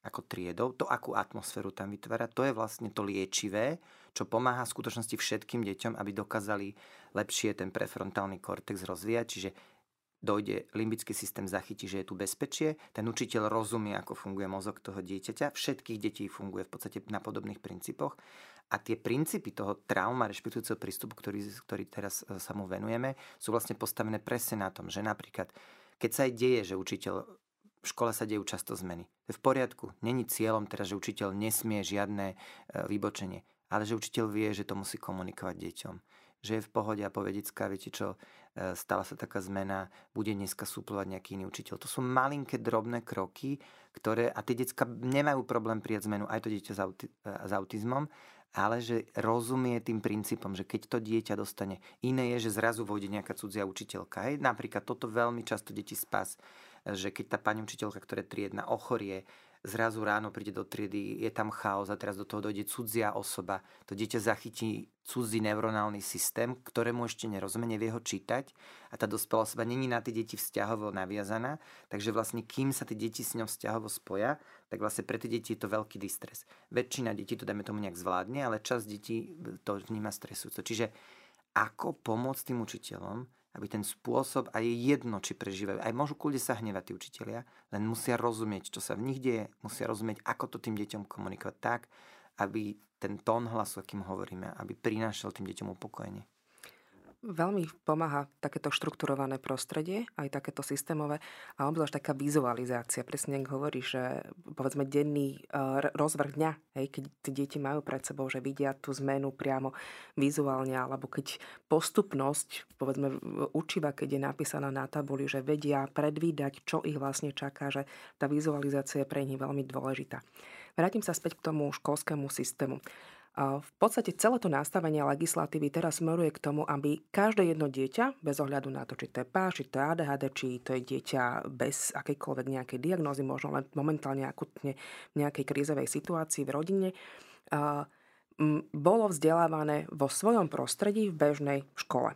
ako triedou, to, akú atmosféru tam vytvára, to je vlastne to liečivé, čo pomáha v skutočnosti všetkým deťom, aby dokázali lepšie ten prefrontálny kortex rozvíjať, čiže dojde limbický systém, zachytí, že je tu bezpečie, ten učiteľ rozumie, ako funguje mozog toho dieťaťa, všetkých detí funguje v podstate na podobných princípoch a tie princípy toho trauma rešpektujúceho prístupu, ktorý, ktorý teraz sa mu venujeme, sú vlastne postavené presne na tom, že napríklad, keď sa aj deje, že učiteľ v škole sa dejú často zmeny. To je v poriadku. Není cieľom teraz, že učiteľ nesmie žiadne vybočenie, ale že učiteľ vie, že to musí komunikovať deťom. Že je v pohode a povie, decká, viete čo, stala sa taká zmena, bude dneska súplovať nejaký iný učiteľ. To sú malinké, drobné kroky, ktoré, a tie decká nemajú problém prijať zmenu, aj to dieťa s, auti, s autizmom, ale že rozumie tým princípom, že keď to dieťa dostane, iné je, že zrazu vojde nejaká cudzia učiteľka. Hej? Napríklad toto veľmi často deti spas, že keď tá pani učiteľka, ktorá je triedna, ochorie, zrazu ráno príde do triedy, je tam chaos a teraz do toho dojde cudzia osoba. To dieťa zachytí cudzí neuronálny systém, ktorému ešte nerozumie, nevie ho čítať a tá dospelá osoba není na tie deti vzťahovo naviazaná, takže vlastne kým sa tie deti s ňou vzťahovo spoja, tak vlastne pre tie deti je to veľký distres. Väčšina detí to dajme tomu nejak zvládne, ale časť detí to vníma stresujúco. Čiže ako pomôcť tým učiteľom, aby ten spôsob, a je jedno, či prežívajú, aj môžu kľudne sa hnevať tí učitelia, len musia rozumieť, čo sa v nich deje, musia rozumieť, ako to tým deťom komunikovať tak, aby ten tón hlasu, akým hovoríme, aby prinášal tým deťom upokojenie. Veľmi pomáha takéto štrukturované prostredie, aj takéto systémové a obzvlášť taká vizualizácia. Presne ako hovoríš, že povedzme denný rozvrh dňa, hej, keď tí deti majú pred sebou, že vidia tú zmenu priamo vizuálne, alebo keď postupnosť, povedzme učiva, keď je napísaná na tabuli, že vedia predvídať, čo ich vlastne čaká, že tá vizualizácia je pre nich veľmi dôležitá. Vrátim sa späť k tomu školskému systému. V podstate celé to nastavenie legislatívy teraz smeruje k tomu, aby každé jedno dieťa, bez ohľadu na to, či to je páš, či to je á dé há dé, či to je dieťa bez akejkoľvek nejakej diagnózy, možno len momentálne akutne v nejakej krízovej situácii v rodine, bolo vzdelávané vo svojom prostredí v bežnej škole.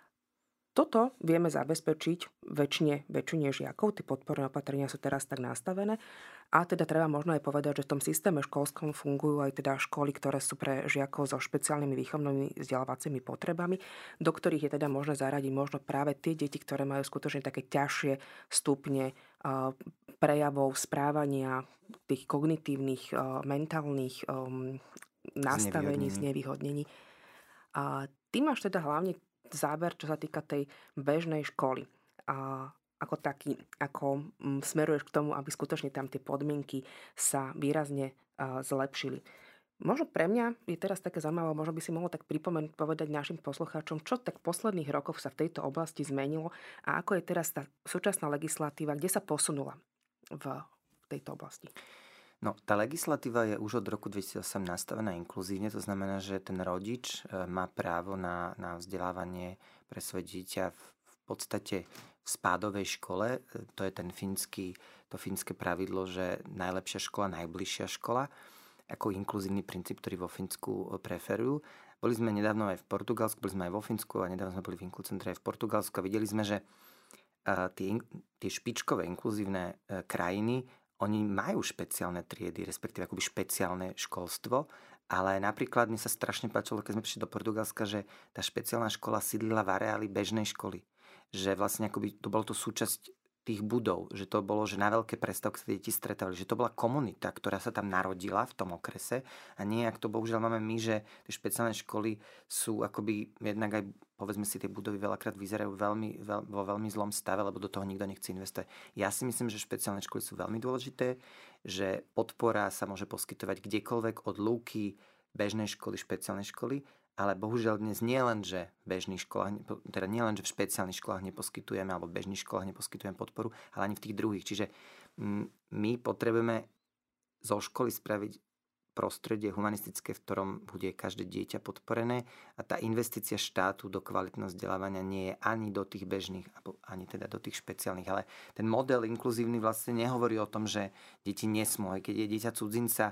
Toto vieme zabezpečiť väčšine, väčšine žiakov, tie podporné opatrenia sú teraz tak nastavené a teda treba možno aj povedať, že v tom systéme školskom fungujú aj teda školy, ktoré sú pre žiakov so špeciálnymi výchovnými vzdelávacími potrebami, do ktorých je teda možné zaradiť možno práve tie deti, ktoré majú skutočne také ťažšie stupne prejavov správania, tých kognitívnych, mentálnych nastavení, znevýhodnení. A ty máš teda hlavne záber, čo sa týka tej bežnej školy. A ako taký, ako smeruješ k tomu, aby skutočne tam tie podmienky sa výrazne zlepšili. Možno pre mňa je teraz také zaujímavé, možno by si mohol tak pripomenúť, povedať našim poslucháčom, čo tak v posledných rokoch sa v tejto oblasti zmenilo a ako je teraz tá súčasná legislatíva, kde sa posunula v tejto oblasti. No, tá legislatíva je už od roku dvetisícosem nastavená inkluzívne, to znamená, že ten rodič má právo na, na vzdelávanie pre svoje dieťa v, v podstate v spádovej škole. To je ten fínsky, to fínske pravidlo, že najlepšia škola, najbližšia škola, ako inkluzívny princíp, ktorý vo Fínsku preferujú. Boli sme nedávno aj v Portugalsku, boli sme aj vo Fínsku a nedávno sme boli v Inklucentre aj v Portugalsku a videli sme, že tie, tie špičkové inkluzívne krajiny oni majú špeciálne triedy, respektíve akoby špeciálne školstvo, ale napríklad mi sa strašne páčilo, keď sme prišli do Portugalska, že tá špeciálna škola sídlila v areáli bežnej školy. Že vlastne akoby to bolo to súčasť tých budov, že to bolo, že na veľké prestávky sa deti stretávali, že to bola komunita, ktorá sa tam narodila v tom okrese a nie, ak to bohužiaľ máme my, že tie špeciálne školy sú akoby jednak aj, povedzme si, tie budovy veľakrát vyzerajú veľmi, veľ, vo veľmi zlom stave, lebo do toho nikto nechce investovať. Ja si myslím, že špeciálne školy sú veľmi dôležité, že podpora sa môže poskytovať kdekoľvek od lúky bežnej školy, špeciálnej školy, ale bohužiaľ dnes nie len, že v bežných školách, teda nie len, že v špeciálnych školách neposkytujeme alebo v bežných školách neposkytujeme podporu, ale ani v tých druhých. Čiže my potrebujeme zo školy spraviť prostredie humanistické, v ktorom bude každé dieťa podporené a tá investícia štátu do kvalitného vzdelávania nie je ani do tých bežných, ani teda do tých špeciálnych. Ale ten model inkluzívny vlastne nehovorí o tom, že deti nesmú. Aj keď je dieťa cudzinca,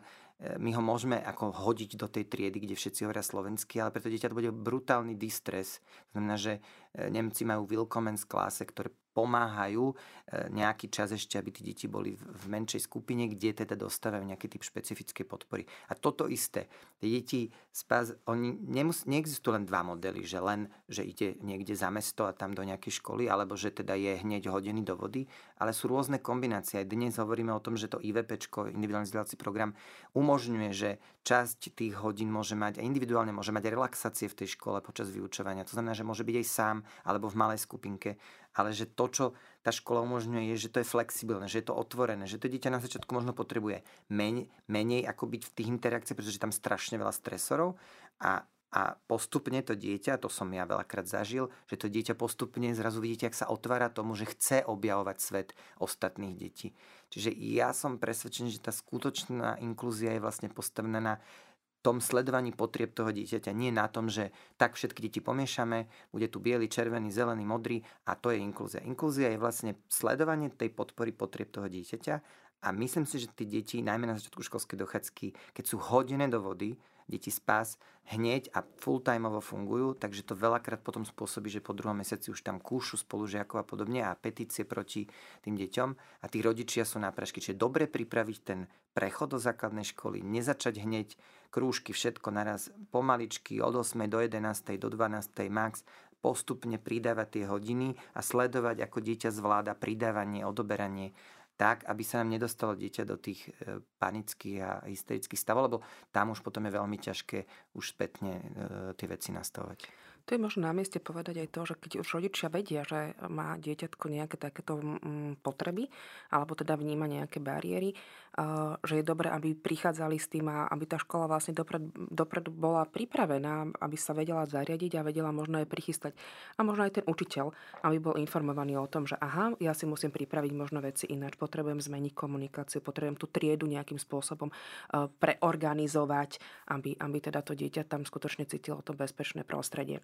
my ho môžeme ako hodiť do tej triedy, kde všetci hovoria slovensky, ale pre to dieťa to bude brutálny distres. To znamená, že Nemci majú Willkommens klase, ktoré pomáhajú nejaký čas ešte, aby tí deti boli v menšej skupine, kde teda dostávajú nejaký typ špecifickej podpory. A toto isté. Tie deti spás, oni nemus, neexistujú len dva modely, že len, že ide niekde za mesto a tam do nejakej školy, alebo že teda je hneď hodený do vody, ale sú rôzne kombinácie. Aj dnes hovoríme o tom, že to IVPčko, individuálny vzdelávací program, umožňuje, že časť tých hodín môže mať, a individuálne môže mať relaxácie v tej škole počas vyučovania. To znamená, že môže byť aj sám, alebo v malej skupinke, ale že to, čo tá škola umožňuje, je, že to je flexibilné, že je to otvorené, že to dieťa na začiatku možno potrebuje menej, menej ako byť v tých interakciách, pretože je tam strašne veľa stresorov a, a postupne to dieťa, to som ja veľakrát zažil, že to dieťa postupne zrazu vidíte, ak sa otvára tomu, že chce objavovať svet ostatných detí. Čiže ja som presvedčený, že tá skutočná inklúzia je vlastne postavená na tom sledovaní potrieb toho dieťaťa. Nie na tom, že tak všetky deti pomiešame, bude tu biely, červený, zelený, modrý a to je inklúzia. Inklúzia je vlastne sledovanie tej podpory potrieb toho dieťaťa a myslím si, že tí deti, najmä na začiatku školskej dochádzky, keď sú hodené do vody, deti spás hneď a full-timeovo fungujú, takže to veľakrát potom spôsobí, že po druhom mesiaci už tam kúšu spolužiakov a podobne a petície proti tým deťom a tí rodičia sú na prášky. Čiže dobre pripraviť ten prechod do základnej školy, nezačať hneď krúžky, všetko naraz pomaličky od ôsmej do jedenástej, do dvanástej max, postupne pridávať tie hodiny a sledovať, ako dieťa zvláda pridávanie, odoberanie, tak, aby sa nám nedostalo dieťa do tých panických a hysterických stavov, lebo tam už potom je veľmi ťažké už spätne tie veci nastavovať. Tu je možno na mieste povedať aj to, že keď už rodičia vedia, že má dieťatko nejaké takéto mm, potreby, alebo teda vníma nejaké bariéry, uh, že je dobré, aby prichádzali s tým a aby tá škola vlastne dopred, dopredu bola pripravená, aby sa vedela zariadiť a vedela možno aj prichystať. A možno aj ten učiteľ, aby bol informovaný o tom, že aha, ja si musím pripraviť možno veci ináč, potrebujem zmeniť komunikáciu, potrebujem tú triedu nejakým spôsobom uh, preorganizovať, aby, aby teda to dieťa tam skutočne cítilo to bezpečné prostredie.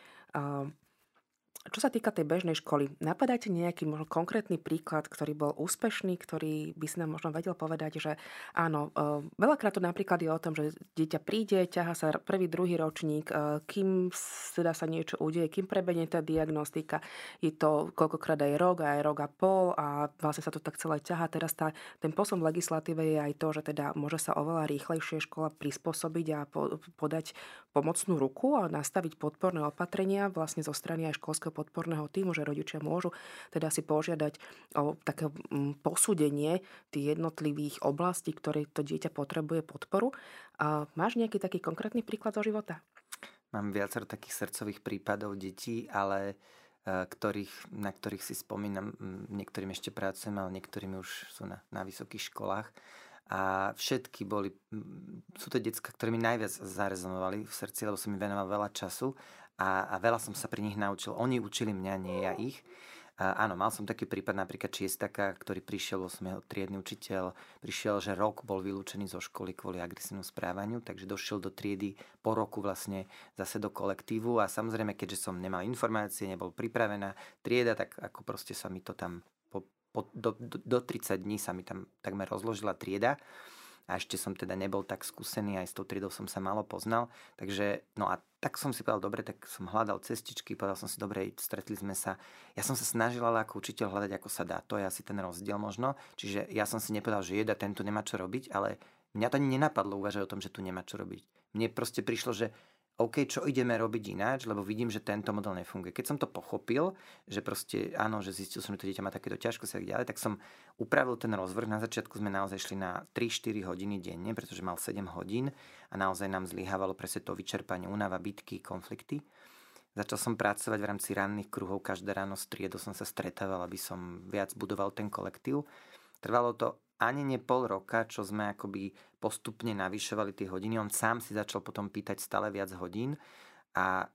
Čo sa týka tej bežnej školy, napadáte nejaký možno konkrétny príklad, ktorý bol úspešný, ktorý by si nám možno vedel povedať, že áno, veľakrát to napríklad je o tom, že dieťa príde, ťahá sa prvý, druhý ročník, kým teda sa niečo udeje, kým prebehne tá diagnostika, je to koľkokrát aj rok, aj rok a pol a vlastne sa to tak celé ťahá. Teraz tá, ten posun v legislatíve je aj to, že teda môže sa oveľa rýchlejšie škola prispôsobiť a po, podať pomocnú ruku a nastaviť podporné opatrenia vlastne zo strany aj školského podporného tímu, že rodičia môžu teda si požiadať o také posúdenie tých jednotlivých oblastí, ktoré to dieťa potrebuje podporu. A máš nejaký taký konkrétny príklad zo života? Mám viacero takých srdcových prípadov detí, ale ktorých, na ktorých si spomínam, niektorým ešte pracujem, ale niektorými už sú na, na vysokých školách. A všetky boli, sú to decká, ktoré mi najviac zarezonovali v srdci, lebo som mi venoval veľa času a, a veľa som sa pri nich naučil. Oni učili mňa, nie ja ich. A áno, mal som taký prípad napríklad čiestaka, ktorý prišiel, bol som jeho triedny učiteľ, prišiel, že rok bol vylúčený zo školy kvôli agresívnemu správaniu, takže došiel do triedy po roku vlastne zase do kolektívu a samozrejme, keďže som nemal informácie, nebol pripravená trieda, tak ako proste sa mi to tam po, po, do, do, do tridsať dní sa mi tam takmer rozložila trieda. A ešte som teda nebol tak skúsený, aj s tou triedou som sa málo poznal. Takže, no a tak som si povedal, dobre, tak som hľadal cestičky, povedal som si, dobre, stretli sme sa. Ja som sa snažil ale ako učiteľ hľadať, ako sa dá. To je asi ten rozdiel možno. Čiže ja som si nepovedal, že jeda, tento nemá čo robiť, ale mňa to ani nenapadlo uvažať o tom, že tu nemá čo robiť. Mne proste prišlo, že OK, čo ideme robiť ináč, lebo vidím, že tento model nefunguje. Keď som to pochopil, že proste áno, že zistil som, že to dieťa má takéto ťažkosti a tak ďalej, tak som upravil ten rozvrh. Na začiatku sme naozaj šli na tri štyri hodiny denne, pretože mal sedem hodín a naozaj nám zlyhávalo presne to vyčerpanie, únava, bitky, konflikty. Začal som pracovať v rámci ranných kruhov, každé ráno s triedou som sa stretával, aby som viac budoval ten kolektív. Trvalo to ani ne pol roka, čo sme akoby postupne navyšovali tie hodiny. On sám si začal potom pýtať stále viac hodín a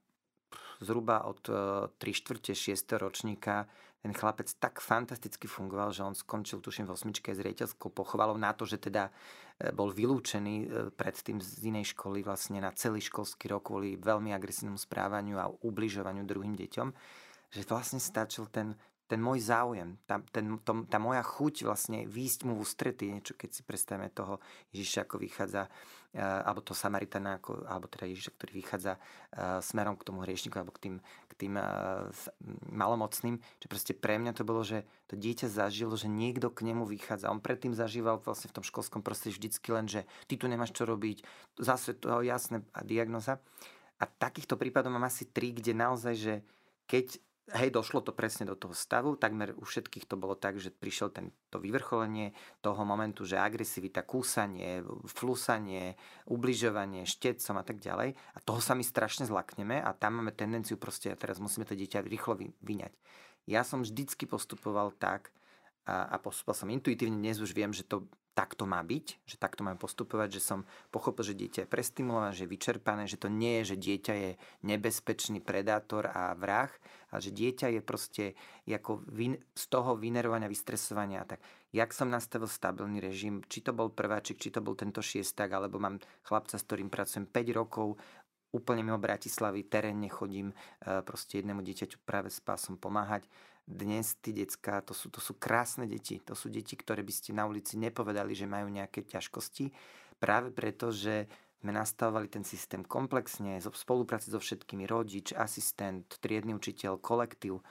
zhruba od tri štvrte šiesteho ročníka ten chlapec tak fantasticky fungoval, že on skončil, tuším, v osmičke s riaditeľskou pochvalou na to, že teda bol vylúčený predtým z inej školy vlastne na celý školský rok kvôli veľmi agresívnemu správaniu a ubližovaniu druhým deťom, že vlastne stačil ten ten môj záujem, tá, ten, to, tá moja chuť vlastne výjsť mu v ústrety, niečo, keď si predstavíme toho Ježiša, ako vychádza, uh, alebo to Samaritana, ako, alebo teda Ježiša, ktorý vychádza uh, smerom k tomu hriešniku, alebo k tým, k tým uh, malomocným, že proste pre mňa to bolo, že to dieťa zažilo, že niekto k nemu vychádza. On predtým zažíval vlastne v tom školskom prostredí vždycky len, že ty tu nemáš čo robiť, zase to jasné a diagnoza. A takýchto prípadov mám asi tri, kde naozaj, že keď hej, došlo to presne do toho stavu, takmer u všetkých to bolo tak, že prišiel ten, to vyvrcholenie toho momentu, že agresivita, kúsanie, flusanie, ubližovanie, štecom a tak ďalej. A toho sa my strašne zlakneme a tam máme tendenciu proste, a teraz musíme to dieťa rýchlo vyňať. Ja som vždycky postupoval tak a, a postupoval som intuitívne, dnes už viem, že to takto má byť, že takto mám postupovať, že som pochopil, že dieťa je prestimulované, že je vyčerpané, že to nie je, že dieťa je nebezpečný predátor a vrah, ale že dieťa je proste ako vin, z toho vynerovania, vystresovania. Tak, jak som nastavil stabilný režim, či to bol prváčik, či to bol tento šiestak, alebo mám chlapca, s ktorým pracujem päť rokov, úplne mimo Bratislavy, terénne chodím proste jednému dieťaťu práve s pásom pomáhať. Dnes tí decká, to sú, to sú krásne deti. To sú deti, ktoré by ste na ulici nepovedali, že majú nejaké ťažkosti. Práve preto, že sme nastavovali ten systém komplexne, v spolupráci so všetkými, rodič, asistent, triedny učiteľ, kolektív.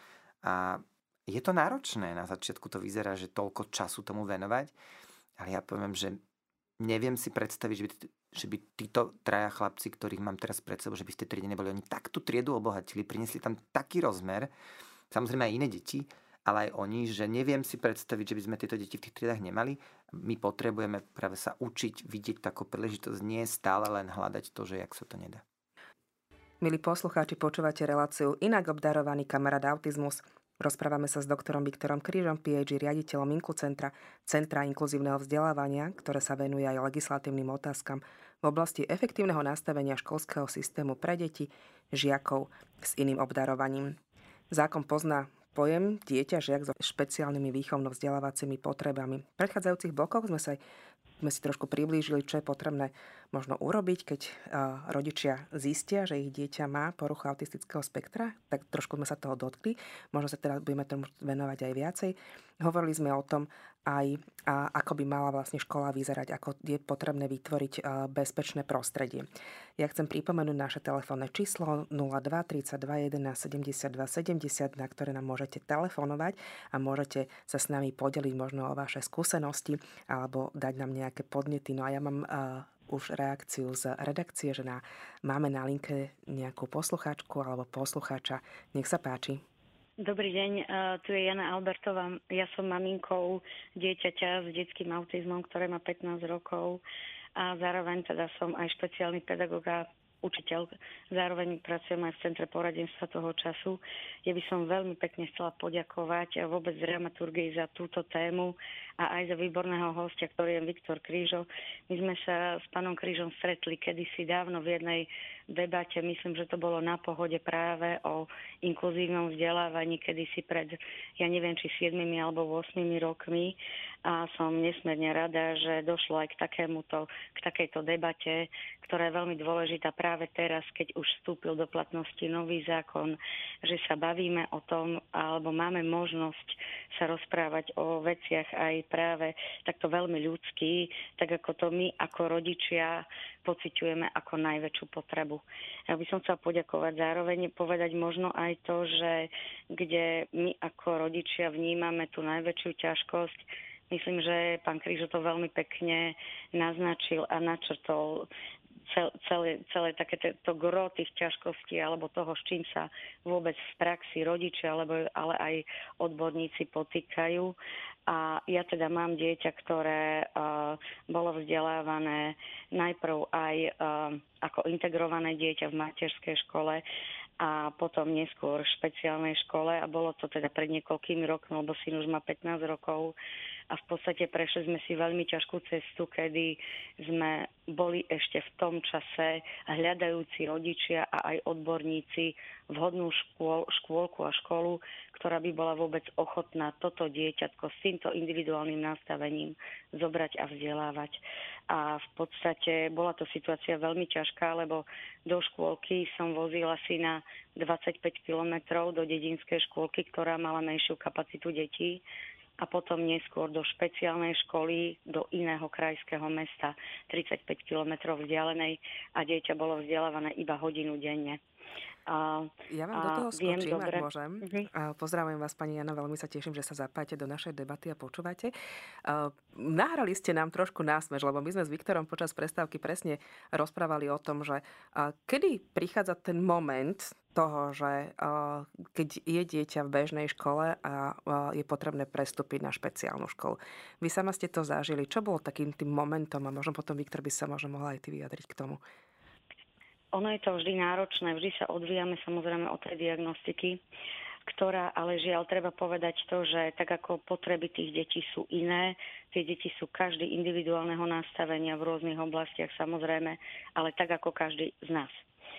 A je to náročné. Na začiatku to vyzerá, že toľko času tomu venovať. Ale ja poviem, že neviem si predstaviť, že by, že by títo traja chlapci, ktorých mám teraz pred sebou, že by v tej triede neboli. Oni tak tú triedu obohatili, priniesli tam taký rozmer, samozrejme aj iné deti, ale aj oni, že neviem si predstaviť, že by sme tieto deti v tých triedách nemali. My potrebujeme práve sa učiť, vidieť takú príležitosť, nie stále len hľadať to, že jak sa to nedá. Milí poslucháči, počúvate reláciu Inak obdarovaný kamarát autizmus. Rozprávame sa s doktorom Viktorom Krížom, PhD, riaditeľom Inkucentra, Centra inkluzívneho vzdelávania, ktoré sa venuje aj legislatívnym otázkam v oblasti efektívneho nastavenia školského systému pre deti, žiakov s iným obdarovaním. Zákon pozná pojem dieťa, žiak so špeciálnymi výchovno-vzdelávacími potrebami. V predchádzajúcich blokoch sme sa sme si trošku priblížili, čo je potrebné možno urobiť, keď rodičia zistia, že ich dieťa má poruchu autistického spektra. Tak trošku sme sa toho dotkli. Možno sa teraz budeme tomu venovať aj viacej. Hovorili sme o tom aj, a ako by mala vlastne škola vyzerať, ako je potrebné vytvoriť bezpečné prostredie. Ja chcem pripomenúť naše telefónne číslo nula dva tridsaťdva jedenásť sedemdesiatdva sedemdesiat, na ktoré nám môžete telefonovať a môžete sa s nami podeliť možno o vaše skúsenosti alebo dať nám nejaké podnety. No a ja mám uh, už reakciu z redakcie, že na, máme na linke nejakú poslucháčku alebo poslucháča. Nech sa páči. Dobrý deň, uh, tu je Jana Albertová. Ja som maminkou dieťaťa s detským autizmom, ktoré má pätnásť rokov a zároveň teda som aj špeciálny pedagóg a učiteľ. Zároveň pracujem aj v Centre poradenstva toho času. Ja by som veľmi pekne chcela poďakovať vôbec dramaturgii za túto tému a aj za výborného hostia, ktorý je Viktor Krížo. My sme sa s pánom Krížom stretli kedysi dávno v jednej debate, myslím, že to bolo na Pohode práve o inkluzívnom vzdelávaní kedysi pred, ja neviem, či siedmimi alebo ôsmimi rokmi a som nesmierne rada, že došlo aj k takémuto, k takejto debate, ktorá je veľmi dôležitá práve teraz, keď už vstúpil do platnosti nový zákon, že sa bavíme o tom, alebo máme možnosť sa rozprávať o veciach aj práve takto veľmi ľudský, tak ako to my ako rodičia pociťujeme ako najväčšiu potrebu. Ja by som chcela poďakovať zároveň, povedať možno aj to, že kde my ako rodičia vnímame tú najväčšiu ťažkosť. Myslím, že pán Krížo to veľmi pekne naznačil a načrtol celé, celé také to gro tých ťažkostí alebo toho, s čím sa vôbec v praxi rodičia, alebo, ale aj odborníci potýkajú. A ja teda mám dieťa, ktoré uh, bolo vzdelávané najprv aj uh, ako integrované dieťa v materskej škole a potom neskôr v špeciálnej škole a bolo to teda pred niekoľkými rokmi, lebo syn už má pätnásť rokov, a v podstate prešli sme si veľmi ťažkú cestu, kedy sme boli ešte v tom čase hľadajúci rodičia a aj odborníci vhodnú škôl, škôlku a školu, ktorá by bola vôbec ochotná toto dieťatko s týmto individuálnym nastavením zobrať a vzdelávať. A v podstate bola to situácia veľmi ťažká, lebo do škôlky som vozila syna dvadsaťpäť kilometrov do dedinskej škôlky, ktorá mala menšiu kapacitu detí, a potom neskôr do špeciálnej školy do iného krajského mesta, tridsaťpäť kilometrov vzdialenej, a dieťa bolo vzdelávané iba hodinu denne. A, ja vám do toho skočím, dobre. Ak môžem. Uh-huh. Pozdravujem vás, pani Jana, veľmi sa teším, že sa zapájate do našej debaty a počúvate. Uh, nahrali ste nám trošku násmeš, lebo my sme s Viktorom počas prestávky presne rozprávali o tom, že uh, kedy prichádza ten moment toho, že uh, keď je dieťa v bežnej škole a uh, je potrebné prestúpiť na špeciálnu školu. Vy sama ste to zažili. Čo bolo takým tým momentom, a možno potom, Viktor, by sa možno mohla aj ty vyjadriť k tomu? Ono je to vždy náročné, vždy sa odvíjame samozrejme od tej diagnostiky, ktorá, ale žiaľ, treba povedať to, že tak ako potreby tých detí sú iné, tie deti sú každý individuálneho nastavenia v rôznych oblastiach samozrejme, ale tak ako každý z nás.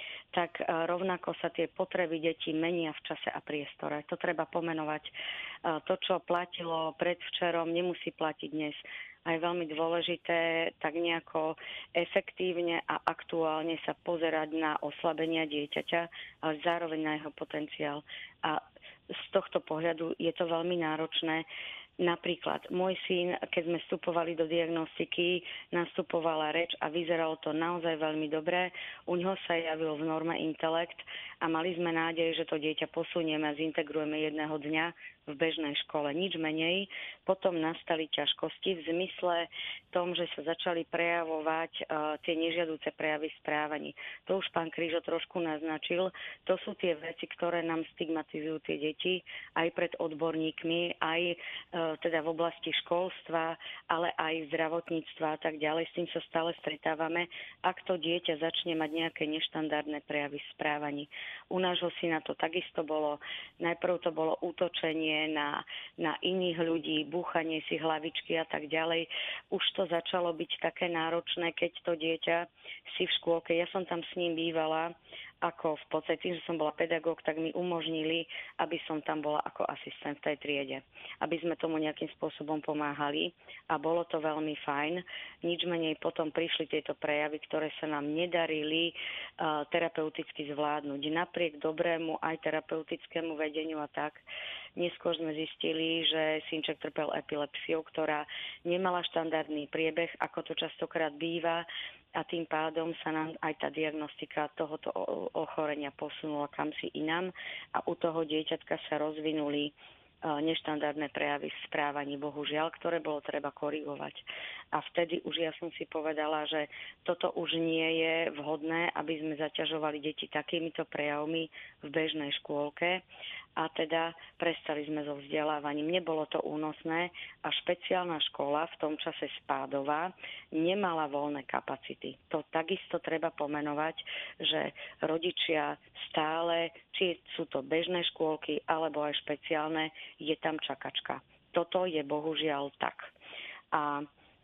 Tak rovnako sa tie potreby detí menia v čase a priestore. To treba pomenovať. To, čo platilo predvčerom, nemusí platiť dnes. A je veľmi dôležité tak nejako efektívne a aktuálne sa pozerať na oslabenia dieťaťa, ale zároveň na jeho potenciál. A z tohto pohľadu je to veľmi náročné. Napríklad môj syn, keď sme vstupovali do diagnostiky, nastupovala reč a vyzeralo to naozaj veľmi dobre. U ňoho sa javil v norme intelekt a mali sme nádej, že to dieťa posunieme a zintegrujeme jedného dňa v bežnej škole. Nič menej. Potom nastali ťažkosti v zmysle tom, že sa začali prejavovať uh, tie nežiaduce prejavy správaní. To už pán Krížo trošku naznačil. To sú tie veci, ktoré nám stigmatizujú tie deti aj pred odborníkmi, aj uh, teda v oblasti školstva, ale aj zdravotníctva a tak ďalej. S tým sa stále stretávame, ak to dieťa začne mať nejaké neštandardné prejavy správaní. U nášho syna to takisto bolo. Najprv to bolo útočenie na, na iných ľudí, búchanie si hlavičky a tak ďalej. Už to začalo byť také náročné, keď to dieťa si v škôlke, ja som tam s ním bývala, ako v podstate tým, že som bola pedagóg, tak mi umožnili, aby som tam bola ako asistent v tej triede. Aby sme tomu nejakým spôsobom pomáhali a bolo to veľmi fajn. Nič menej potom prišli tieto prejavy, ktoré sa nám nedarili uh, terapeuticky zvládnuť. Napriek dobrému aj terapeutickému vedeniu a tak, neskôr sme zistili, že synček trpel epilepsiou, ktorá nemala štandardný priebeh, ako to častokrát býva, a tým pádom sa nám aj tá diagnostika tohoto ochorenia posunula kamsi inám a u toho dieťatka sa rozvinuli neštandardné prejavy v správaní, bohužiaľ, ktoré bolo treba korigovať. A vtedy už ja som si povedala, že toto už nie je vhodné, aby sme zaťažovali deti takýmito prejavmi v bežnej škôlke, a teda prestali sme so vzdelávaním. Nebolo to únosné a špeciálna škola, v tom čase Spádová, nemala voľné kapacity. To takisto treba pomenovať, že rodičia stále, či sú to bežné škôlky alebo aj špeciálne, je tam čakačka. Toto je bohužiaľ tak. A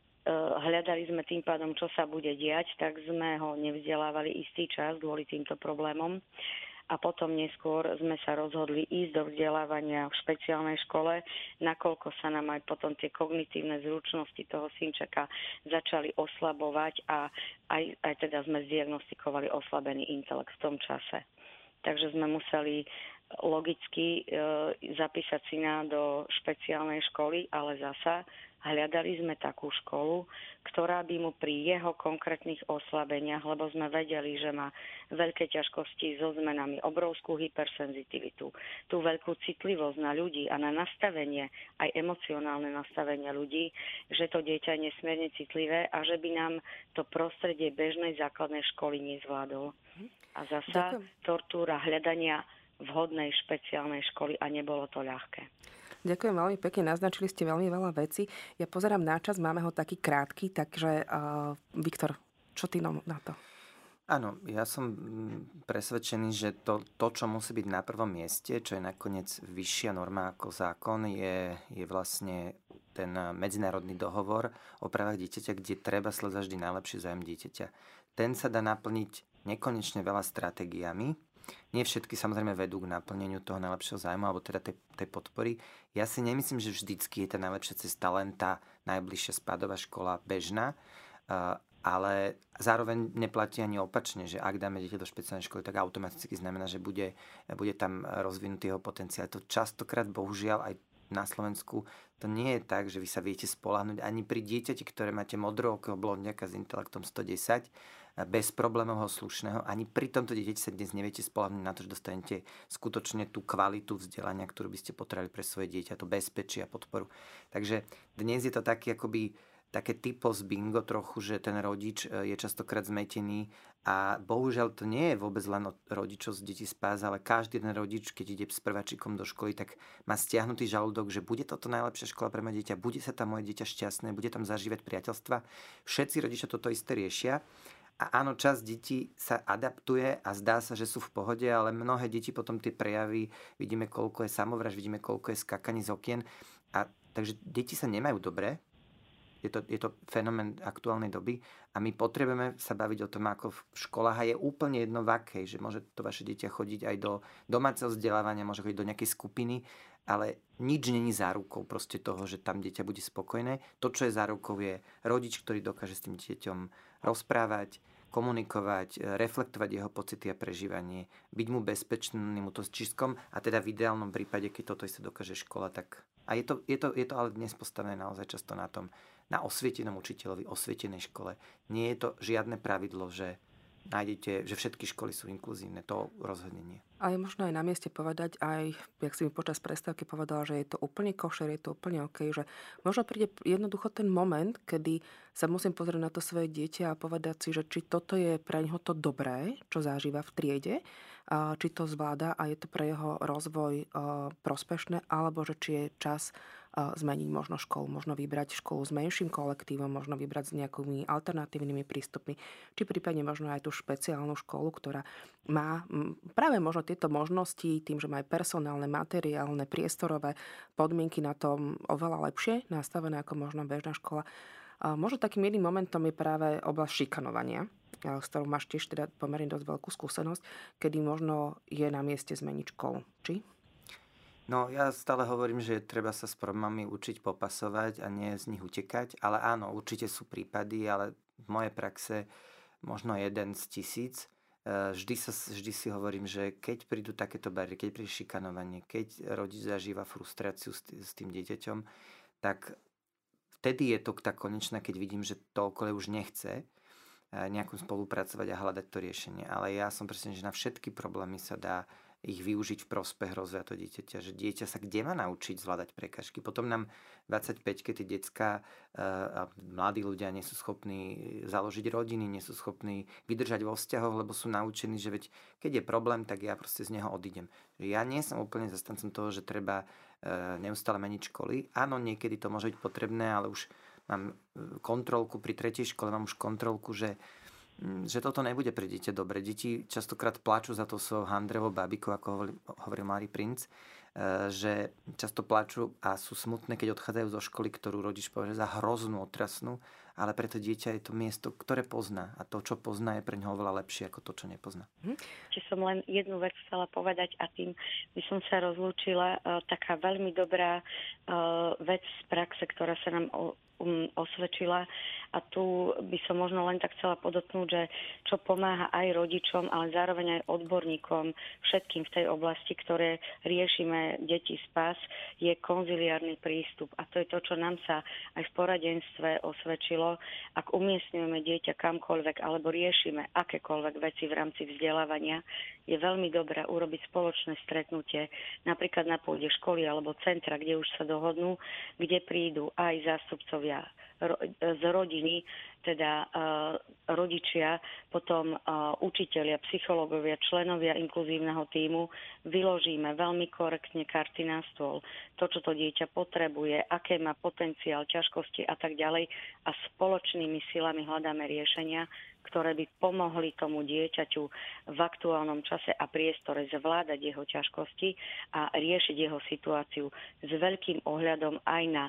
hľadali sme tým pádom, čo sa bude diať, tak sme ho nevzdelávali istý čas kvôli týmto problémom. A potom neskôr sme sa rozhodli ísť do vzdelávania v špeciálnej škole, nakoľko sa nám aj potom tie kognitívne zručnosti toho synčeka začali oslabovať a aj, aj teda sme zdiagnostikovali oslabený intelekt v tom čase. Takže sme museli logicky e, zapísať syna do špeciálnej školy, ale zasa hľadali sme takú školu, ktorá by mu pri jeho konkrétnych oslabeniach, lebo sme vedeli, že má veľké ťažkosti so zmenami, obrovskú hypersenzitivitu, tú veľkú citlivosť na ľudí a na nastavenie, aj emocionálne nastavenie ľudí, že to dieťa je nesmierne citlivé a že by nám to prostredie bežnej základnej školy nezvládol. A zasa Ďakujem. Tortúra hľadania vhodnej špeciálnej školy a nebolo to ľahké. Ďakujem veľmi pekne, naznačili ste veľmi veľa vecí. Ja pozerám na čas, máme ho taký krátky, takže uh, Viktor, čo ty na to? Áno, ja som presvedčený, že to, to, čo musí byť na prvom mieste, čo je nakoniec vyššia norma ako zákon, je, je vlastne ten medzinárodný dohovor o právach dieťaťa, kde treba sledovať vždy najlepší záujem dieťaťa. Ten sa dá naplniť nekonečne veľa stratégiami. Nie všetky samozrejme vedú k naplneniu toho najlepšieho zájmu alebo teda tej, tej podpory. Ja si nemyslím, že vždycky je tá najlepšia cesta len tá najbližšia spádová škola bežná, ale zároveň neplatí ani opačne, že ak dáme dieťa do špeciálnej školy, tak automaticky znamená, že bude, bude tam rozvinutý jeho potenciál. To častokrát, bohužiaľ, aj na Slovensku to nie je tak, že vy sa viete spoľahnúť ani pri dieťati, ktoré máte modrookého blondiaka s intelektom sto desať, bez problémového slušného. Ani pri tomto dieťati sa dnes neviete spoľahnúť na to, že dostanete skutočne tú kvalitu vzdelania, ktorú by ste potrebovali pre svoje dieťa, to bezpečie a podporu. Takže dnes je to taký akoby také typos bingo trochu, že ten rodič je častokrát zmetený a bohužiaľ to nie je vôbec len od rodičov z detí spás, ale každý jeden rodič, keď ide s prváčikom do školy, tak má stiahnutý žalúdok, že bude toto najlepšia škola pre moje dieťa, bude sa tam moje dieťa šťastné, bude tam zažívať priateľstva. Všetci rodičia toto isté riešia. A áno, časť detí sa adaptuje a zdá sa, že sú v pohode, ale mnohé deti potom tie prejavy, vidíme, koľko je samovražd, vidíme, koľko je skakaní z okien. A takže deti sa nemajú dobre. Je to, je to fenomén aktuálnej doby a my potrebujeme sa baviť o tom, ako v školách a je úplne jedno v akej, že môže to vaše dieťa chodiť aj do domáceho vzdelávania, môže chodiť do nejakej skupiny, ale nič není zárukou proste toho, že tam dieťa bude spokojné. To, čo je zárukou, je rodič, ktorý dokáže s tým dieťom rozprávať, komunikovať, reflektovať jeho pocity a prežívanie, byť mu bezpečným útočiskom a teda v ideálnom prípade, keď toto isté dokáže škola, tak... A je to, je to, je to ale dnes postavené naozaj často na tom, na osvietenom učiteľovi, osvietenej škole. Nie je to žiadne pravidlo, že nájdete, že všetky školy sú inkluzívne. To rozhodne nie. A je možno aj na mieste povedať, aj, jak si mi počas prestávky povedala, že je to úplne košer, je to úplne OK, že možno príde jednoducho ten moment, kedy sa musím pozrieť na to svoje dieťa a povedať si, že či toto je pre neho to dobré, čo zažíva v triede, či to zvláda a je to pre jeho rozvoj prospešné, alebo že či je čas zmeniť možno školu, možno vybrať školu s menším kolektívom, možno vybrať s nejakými alternatívnymi prístupmi, či prípadne možno aj tú špeciálnu školu, ktorá má práve možno tieto možnosti, tým, že má aj personálne, materiálne, priestorové podmienky na tom oveľa lepšie nastavené ako možno bežná škola. A možno takým jedným momentom je práve oblasť šikanovania, s ktorou máš tiež teda pomerne dosť veľkú skúsenosť, kedy možno je na mieste zmeniť školu. Či? No, ja stále hovorím, že treba sa s problémami učiť popasovať a nie z nich utekať, ale áno, určite sú prípady, ale v mojej praxe možno jeden z tisíc. Vždy, sa, vždy si hovorím, že keď prídu takéto bariéry, keď príde šikanovanie, keď rodič zažíva frustráciu s, s tým dieťaťom, tak vtedy je to tak konečné, keď vidím, že to okolie už nechce nejakú spolupracovať a hľadať to riešenie. Ale ja som presne, že na všetky problémy sa dá ich využiť v prospech rozvoja to dieťaťa, že dieťa sa kde má naučiť zvládať prekážky. Potom nám dvadsaťpäť, keď tí decká a mladí ľudia nie sú schopní založiť rodiny, nie sú schopní vydržať vo vzťahoch, lebo sú naučení, že veď keď je problém, tak ja proste z neho odídem. Ja nie som úplne zastancom toho, že treba neustále meniť školy. Áno, niekedy to môže byť potrebné, ale už mám kontrolku, pri tretej škole mám už kontrolku, že že toto nebude pre dieťa dobre. Deti častokrát plačú za to svojou handrevou babikou, ako hovoril, hovoril Malý princ, že často plačú a sú smutné, keď odchádzajú zo školy, ktorú rodič považuje za hroznú, otrasnú, ale pre to dieťa je to miesto, ktoré pozná a to, čo pozná, je pre ňoho oveľa lepšie ako to, čo nepozná. Či som len jednu vec chcela povedať a tým by som sa rozlúčila. Taká veľmi dobrá vec z praxe, ktorá sa nám um, osvedčila a tu by som možno len tak chcela podotknúť, že čo pomáha aj rodičom, ale zároveň aj odborníkom všetkým v tej oblasti, ktoré riešime deti spás, je konziliárny prístup a to je to, čo nám sa aj v poradenstve osvedčilo. Ak umiestňujeme dieťa kamkoľvek alebo riešime akékoľvek veci v rámci vzdelávania, je veľmi dobré urobiť spoločné stretnutie napríklad na pôde školy alebo centra, kde už sa dohodnú, kde prídu aj zástupcovia z rodiny, teda uh, rodičia, potom uh, učitelia, psychológovia, členovia inkluzívneho tímu, vyložíme veľmi korektne karty na stôl. To, čo to dieťa potrebuje, aké má potenciál, ťažkosti a tak ďalej a spoločnými silami hľadáme riešenia, ktoré by pomohli tomu dieťaťu v aktuálnom čase a priestore zvládať jeho ťažkosti a riešiť jeho situáciu s veľkým ohľadom aj na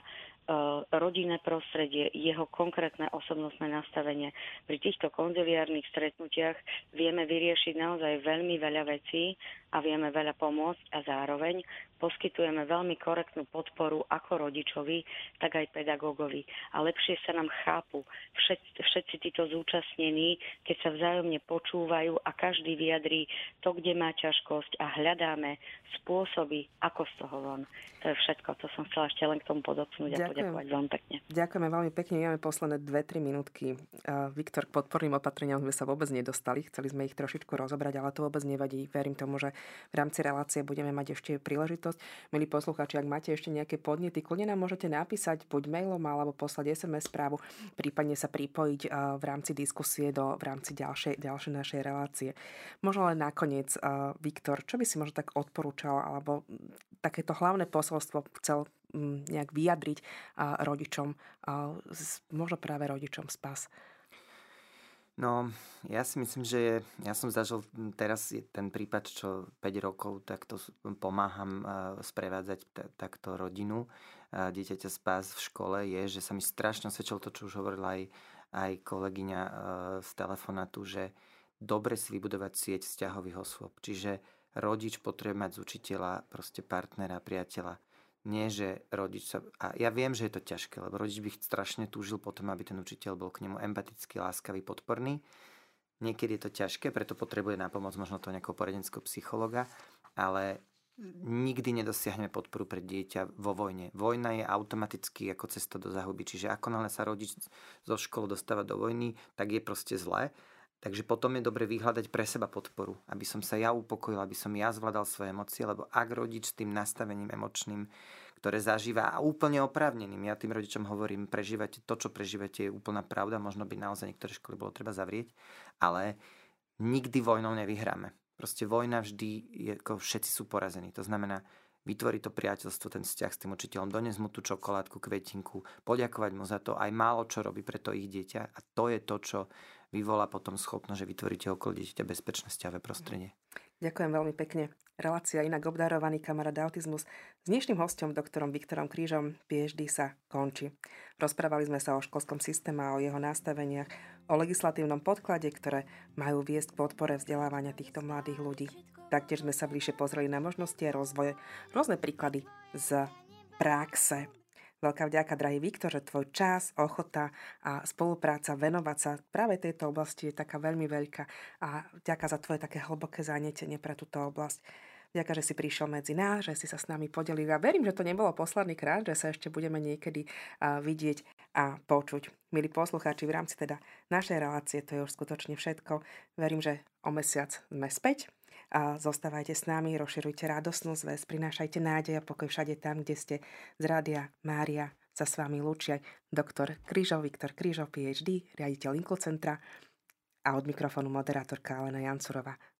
rodinné prostredie, jeho konkrétne osobnostné nastavenie. Pri týchto konziliárnych stretnutiach vieme vyriešiť naozaj veľmi veľa vecí a vieme veľa pomôcť a zároveň poskytujeme veľmi korektnú podporu ako rodičovi, tak aj pedagógovi. A lepšie sa nám chápu všetci, všetci títo zúčastnení, keď sa vzájomne počúvajú a každý vyjadrí to, kde má ťažkosť a hľadáme spôsoby, ako z toho von. To je všetko, to som chcela ešte len k tomu podotknúť a poďakovať veľmi pekne. Ďakujeme veľmi pekne, máme posledné dve tri minútky. Viktor, k podporným opatreniam sme sa vôbec nedostali, chceli sme ich trošičku rozobrať, ale to vôbec nevadí. Verím tomu, že v rámci relácie budeme mať ešte príležitosť. Milí poslucháči, ak máte ešte nejaké podnety, kľudne nám môžete napísať buď mailom alebo poslať es em es správu, prípadne sa pripojiť v rámci diskusie do v rámci ďalšej, ďalšej našej relácie. Možno len nakoniec, Viktor, čo by si možno tak odporúčal, alebo takéto hlavné posolstvo chcel nejak vyjadriť rodičom, možno práve rodičom Spas? No, ja si myslím, že je, ja som zažil teraz ten prípad, čo päť rokov takto pomáham sprevádzať t- takto rodinu dieťaťa Spas v škole, je, že sa mi strašne osvedčilo to, čo už hovorila aj, aj kolegyňa z telefonátu, že dobre si vybudovať sieť vzťahových osôb. Čiže rodič potrebuje mať z učiteľa proste partnera, priateľa. Nie, že rodič sa... A ja viem, že je to ťažké, lebo rodič by strašne túžil potom, aby ten učiteľ bol k nemu empatický, láskavý, podporný. Niekedy je to ťažké, preto potrebuje na pomoc možno to nejakého poradenského psychologa, ale nikdy nedosiahneme podporu pre dieťa vo vojne. Vojna je automaticky ako cesta do záhuby, čiže ako náhle sa rodič zo školy dostáva do vojny, tak je proste zlé. Takže potom je dobre vyhľadať pre seba podporu, aby som sa ja upokojil, aby som ja zvládal svoje emócie, lebo ak rodič s tým nastavením emočným, ktoré zažíva a úplne oprávneným, ja tým rodičom hovorím, prežívate to, čo prežívate, je úplná pravda, možno by naozaj niektoré školy bolo treba zavrieť, ale nikdy vojnou nevyhráme. Proste vojna vždy, je, ako všetci sú porazení. To znamená, vytvoriť to priateľstvo, ten vzťah s tým učiteľom, doniesť mu tú čokoládku, kvetinku, poďakovať mu za to, aj málo čo robí pre to ich dieťa a to je to, čo vyvolá potom schopnosť, že vytvoríte okolo dieťaťa bezpečné vzťahové prostredie. Ďakujem veľmi pekne. Relácia Inak obdarovaný kamarát autizmus s dnešným hosťom, doktorom Viktorom Krížom, pé há dé sa končí. Rozprávali sme sa o školskom systéme a o jeho nastaveniach, o legislatívnom podklade, ktoré majú viesť k podpore vzdelávania týchto mladých ľudí. Taktiež sme sa bližšie pozreli na možnosti a rozvoje, rôzne príklady z praxe. Veľká vďaka, drahý Viktor, že tvoj čas, ochota a spolupráca venovať sa práve tejto oblasti je taká veľmi veľká a vďaka za tvoje také hlboké zanietenie pre túto oblasť. Vďaka, že si prišiel medzi nás, že si sa s nami podelil a verím, že to nebolo posledný krát, že sa ešte budeme niekedy uh, vidieť a počuť. Milí poslucháči, v rámci teda našej relácie to je už skutočne všetko. Verím, že o mesiac sme späť. A zostávajte s nami, rozširujte radosnú zväz, prinášajte nádej a pokoj všade tam, kde ste. Z Rádia Mária sa s vami lúčia doktor Krížov, Viktor Krížov, pé há dé, riaditeľ Inklucentra a od mikrofónu moderátorka Alena Jancurová.